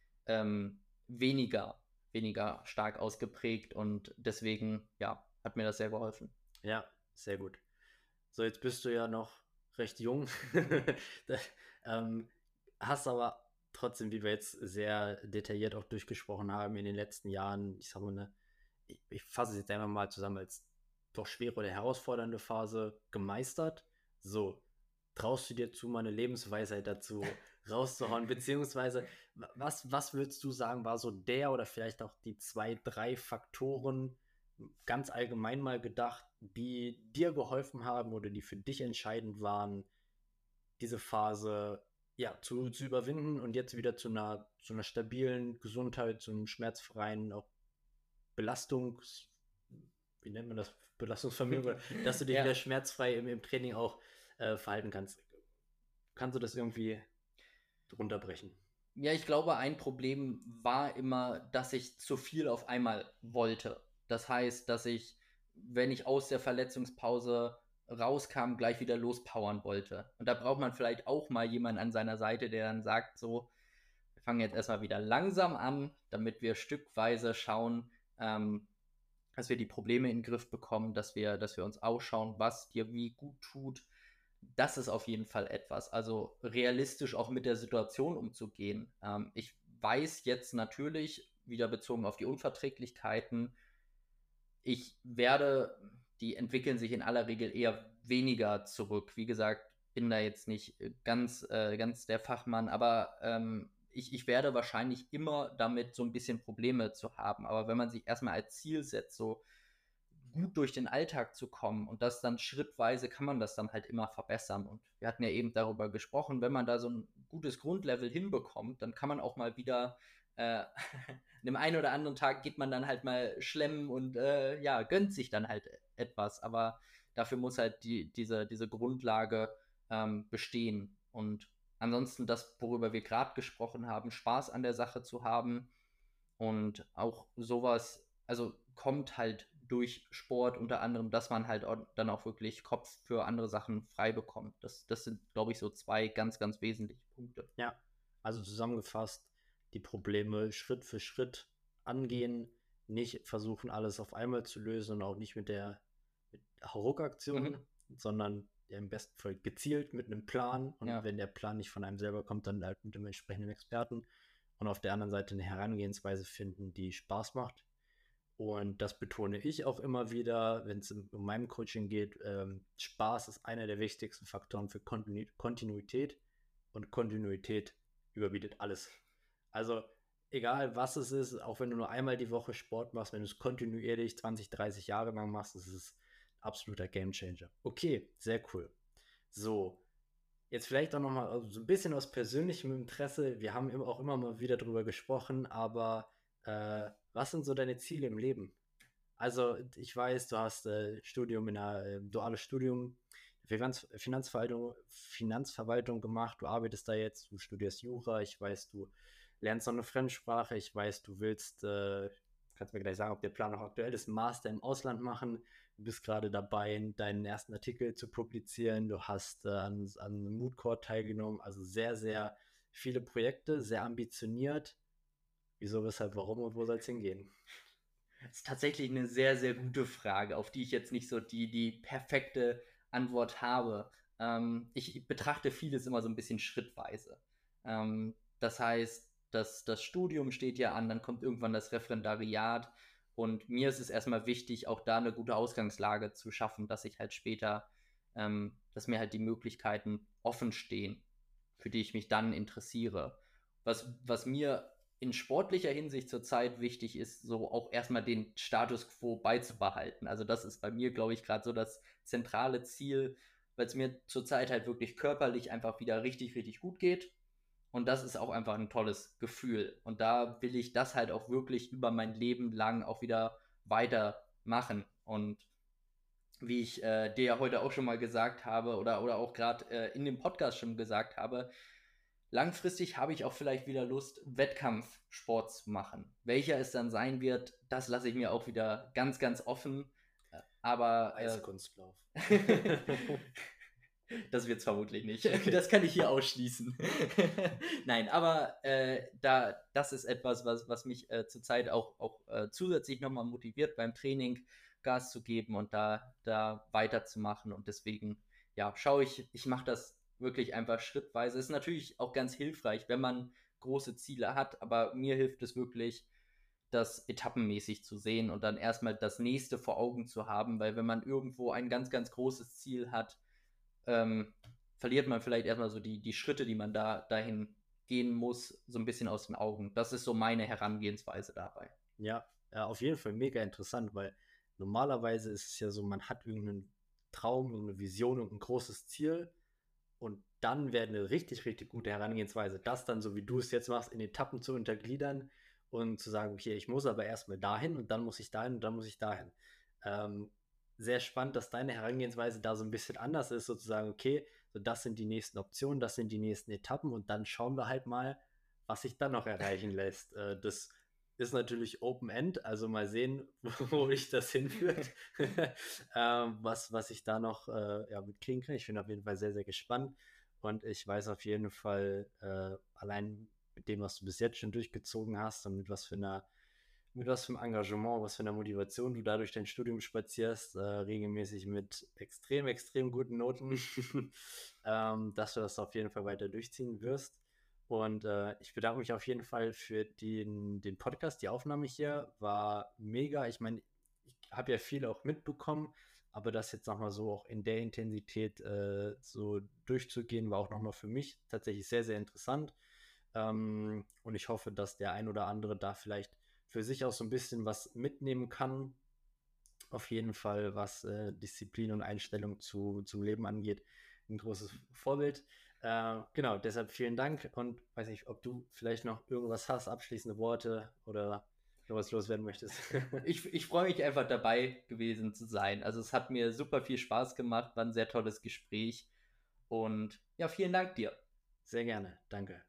weniger stark ausgeprägt und deswegen, ja, hat mir das sehr geholfen. Ja, sehr gut. So, jetzt bist du ja noch recht jung, ähm, hast aber trotzdem, wie wir jetzt sehr detailliert auch durchgesprochen haben, in den letzten Jahren, ich sag mal, ich fasse es jetzt einfach mal zusammen, als doch schwere oder herausfordernde Phase gemeistert. So, traust du dir zu, mal eine Lebensweisheit dazu rauszuhauen? Beziehungsweise, was würdest du sagen, war so der oder vielleicht auch die 2, 3 Faktoren, ganz allgemein mal gedacht, die dir geholfen haben oder die für dich entscheidend waren, diese Phase ja, zu überwinden und jetzt wieder zu einer stabilen Gesundheit, zu einem schmerzfreien, auch Belastungs, wie nennt man das, Belastungsvermögen, dass du dich Ja. wieder schmerzfrei im Training auch verhalten kannst. Kannst du das irgendwie runterbrechen? Ja, ich glaube, ein Problem war immer, dass ich zu viel auf einmal wollte. Das heißt, dass ich, wenn ich aus der Verletzungspause rauskam, gleich wieder lospowern wollte. Und da braucht man vielleicht auch mal jemanden an seiner Seite, der dann sagt, so, wir fangen jetzt erstmal wieder langsam an, damit wir stückweise schauen, dass wir die Probleme in den Griff bekommen, dass wir uns ausschauen, was dir wie gut tut. Das ist auf jeden Fall etwas. Also realistisch auch mit der Situation umzugehen. Ich weiß jetzt natürlich, wieder bezogen auf die Unverträglichkeiten, die entwickeln sich in aller Regel eher weniger zurück. Wie gesagt, bin da jetzt nicht ganz der Fachmann, aber ich werde wahrscheinlich immer damit so ein bisschen Probleme zu haben. Aber wenn man sich erstmal als Ziel setzt, so gut durch den Alltag zu kommen und das dann schrittweise kann man das dann halt immer verbessern. Und wir hatten ja eben darüber gesprochen, wenn man da so ein gutes Grundlevel hinbekommt, dann kann man auch mal wieder an dem einen oder anderen Tag geht man dann halt mal schlemmen und ja, gönnt sich dann halt etwas. Aber dafür muss halt diese Grundlage bestehen. Und ansonsten das, worüber wir gerade gesprochen haben, Spaß an der Sache zu haben und auch sowas, also kommt halt durch Sport unter anderem, dass man halt dann auch wirklich Kopf für andere Sachen frei bekommt. Das sind, glaube ich, so 2 ganz, ganz wesentliche Punkte. Ja, also zusammengefasst, die Probleme Schritt für Schritt angehen, nicht versuchen, alles auf einmal zu lösen und auch nicht mit Hauruck-Aktionen, sondern ja, im besten Fall gezielt mit einem Plan und Ja. wenn der Plan nicht von einem selber kommt, dann halt mit dem entsprechenden Experten und auf der anderen Seite eine Herangehensweise finden, die Spaß macht. Und das betone ich auch immer wieder, wenn es um meinem Coaching geht. Spaß ist einer der wichtigsten Faktoren für Kontinuität und Kontinuität überbietet alles. Also egal was es ist, auch wenn du nur einmal die Woche Sport machst, wenn du es kontinuierlich 20, 30 Jahre lang machst, ist es ein absoluter Gamechanger. Okay, sehr cool. So, jetzt vielleicht auch nochmal so ein bisschen aus persönlichem Interesse. Wir haben auch immer mal wieder drüber gesprochen, aber was sind so deine Ziele im Leben? Also ich weiß, du hast Studium in einer duales Studium Finanzverwaltung gemacht, du arbeitest da jetzt, du studierst Jura, ich weiß, du lernst noch eine Fremdsprache, ich weiß, du willst, kannst mir gleich sagen, ob der Plan noch aktuell ist, Master im Ausland machen, du bist gerade dabei, deinen ersten Artikel zu publizieren, du hast an Mood Court teilgenommen, also sehr, sehr viele Projekte, sehr ambitioniert. Wieso, weshalb, warum und wo soll es hingehen? Das ist tatsächlich eine sehr, sehr gute Frage, auf die ich jetzt nicht so die perfekte Antwort habe. Ich betrachte vieles immer so ein bisschen schrittweise. Das heißt, das Studium steht ja an, dann kommt irgendwann das Referendariat und mir ist es erstmal wichtig, auch da eine gute Ausgangslage zu schaffen, dass ich halt später, dass mir halt die Möglichkeiten offen stehen, für die ich mich dann interessiere. was mir in sportlicher Hinsicht zurzeit wichtig ist, so auch erstmal den Status quo beizubehalten. Also das ist bei mir, glaube ich, gerade so das zentrale Ziel, weil es mir zurzeit halt wirklich körperlich einfach wieder richtig, richtig gut geht. Und das ist auch einfach ein tolles Gefühl. Und da will ich das halt auch wirklich über mein Leben lang auch wieder weitermachen. Und wie ich dir ja heute auch schon mal gesagt habe oder auch gerade in dem Podcast schon gesagt habe, langfristig habe ich auch vielleicht wieder Lust, Wettkampfsport zu machen. Welcher es dann sein wird, das lasse ich mir auch wieder ganz, ganz offen. Aber Eiskunstlauf. das wird es vermutlich nicht. Das kann ich hier ausschließen. Nein, aber das ist etwas, was mich zurzeit auch zusätzlich nochmal motiviert, beim Training Gas zu geben und da weiterzumachen. Und deswegen, ja, ich mache das wirklich einfach schrittweise. Ist natürlich auch ganz hilfreich, wenn man große Ziele hat, aber mir hilft es wirklich, das etappenmäßig zu sehen und dann erstmal das nächste vor Augen zu haben, weil wenn man irgendwo ein ganz, ganz großes Ziel hat, verliert man vielleicht erstmal so die Schritte, die man dahin gehen muss, so ein bisschen aus den Augen. Das ist so meine Herangehensweise dabei. Ja, auf jeden Fall mega interessant, weil normalerweise ist es ja so, man hat irgendeinen Traum, irgendeine Vision, irgendein großes Ziel und dann wäre eine richtig, richtig gute Herangehensweise, das dann, so wie du es jetzt machst, in Etappen zu untergliedern und zu sagen, okay, ich muss aber erstmal dahin und dann muss ich dahin und dann muss ich dahin. Sehr spannend, dass deine Herangehensweise da so ein bisschen anders ist, sozusagen, okay, so das sind die nächsten Optionen, das sind die nächsten Etappen und dann schauen wir halt mal, was sich dann noch erreichen lässt. Das ist natürlich Open-End, also mal sehen, wo ich das hinführt, was ich da noch mitkriegen kann. Ich bin auf jeden Fall sehr, sehr gespannt und ich weiß auf jeden Fall, allein mit dem, was du bis jetzt schon durchgezogen hast und mit was für einem Engagement, was für einer Motivation du da durch dein Studium spazierst, regelmäßig mit extrem, extrem guten Noten, dass du das auf jeden Fall weiter durchziehen wirst. Und ich bedanke mich auf jeden Fall für den Podcast. Die Aufnahme hier war mega. Ich meine, ich habe ja viel auch mitbekommen, aber das jetzt nochmal so auch in der Intensität so durchzugehen, war auch nochmal für mich tatsächlich sehr, sehr interessant. Und ich hoffe, dass der ein oder andere da vielleicht für sich auch so ein bisschen was mitnehmen kann. Auf jeden Fall, was Disziplin und Einstellung zum Leben angeht, ein großes Vorbild. Genau, deshalb vielen Dank und weiß nicht, ob du vielleicht noch irgendwas hast, abschließende Worte oder noch was loswerden möchtest. Ich freue mich einfach dabei gewesen zu sein. Also es hat mir super viel Spaß gemacht, war ein sehr tolles Gespräch und ja, vielen Dank dir. Sehr gerne, danke.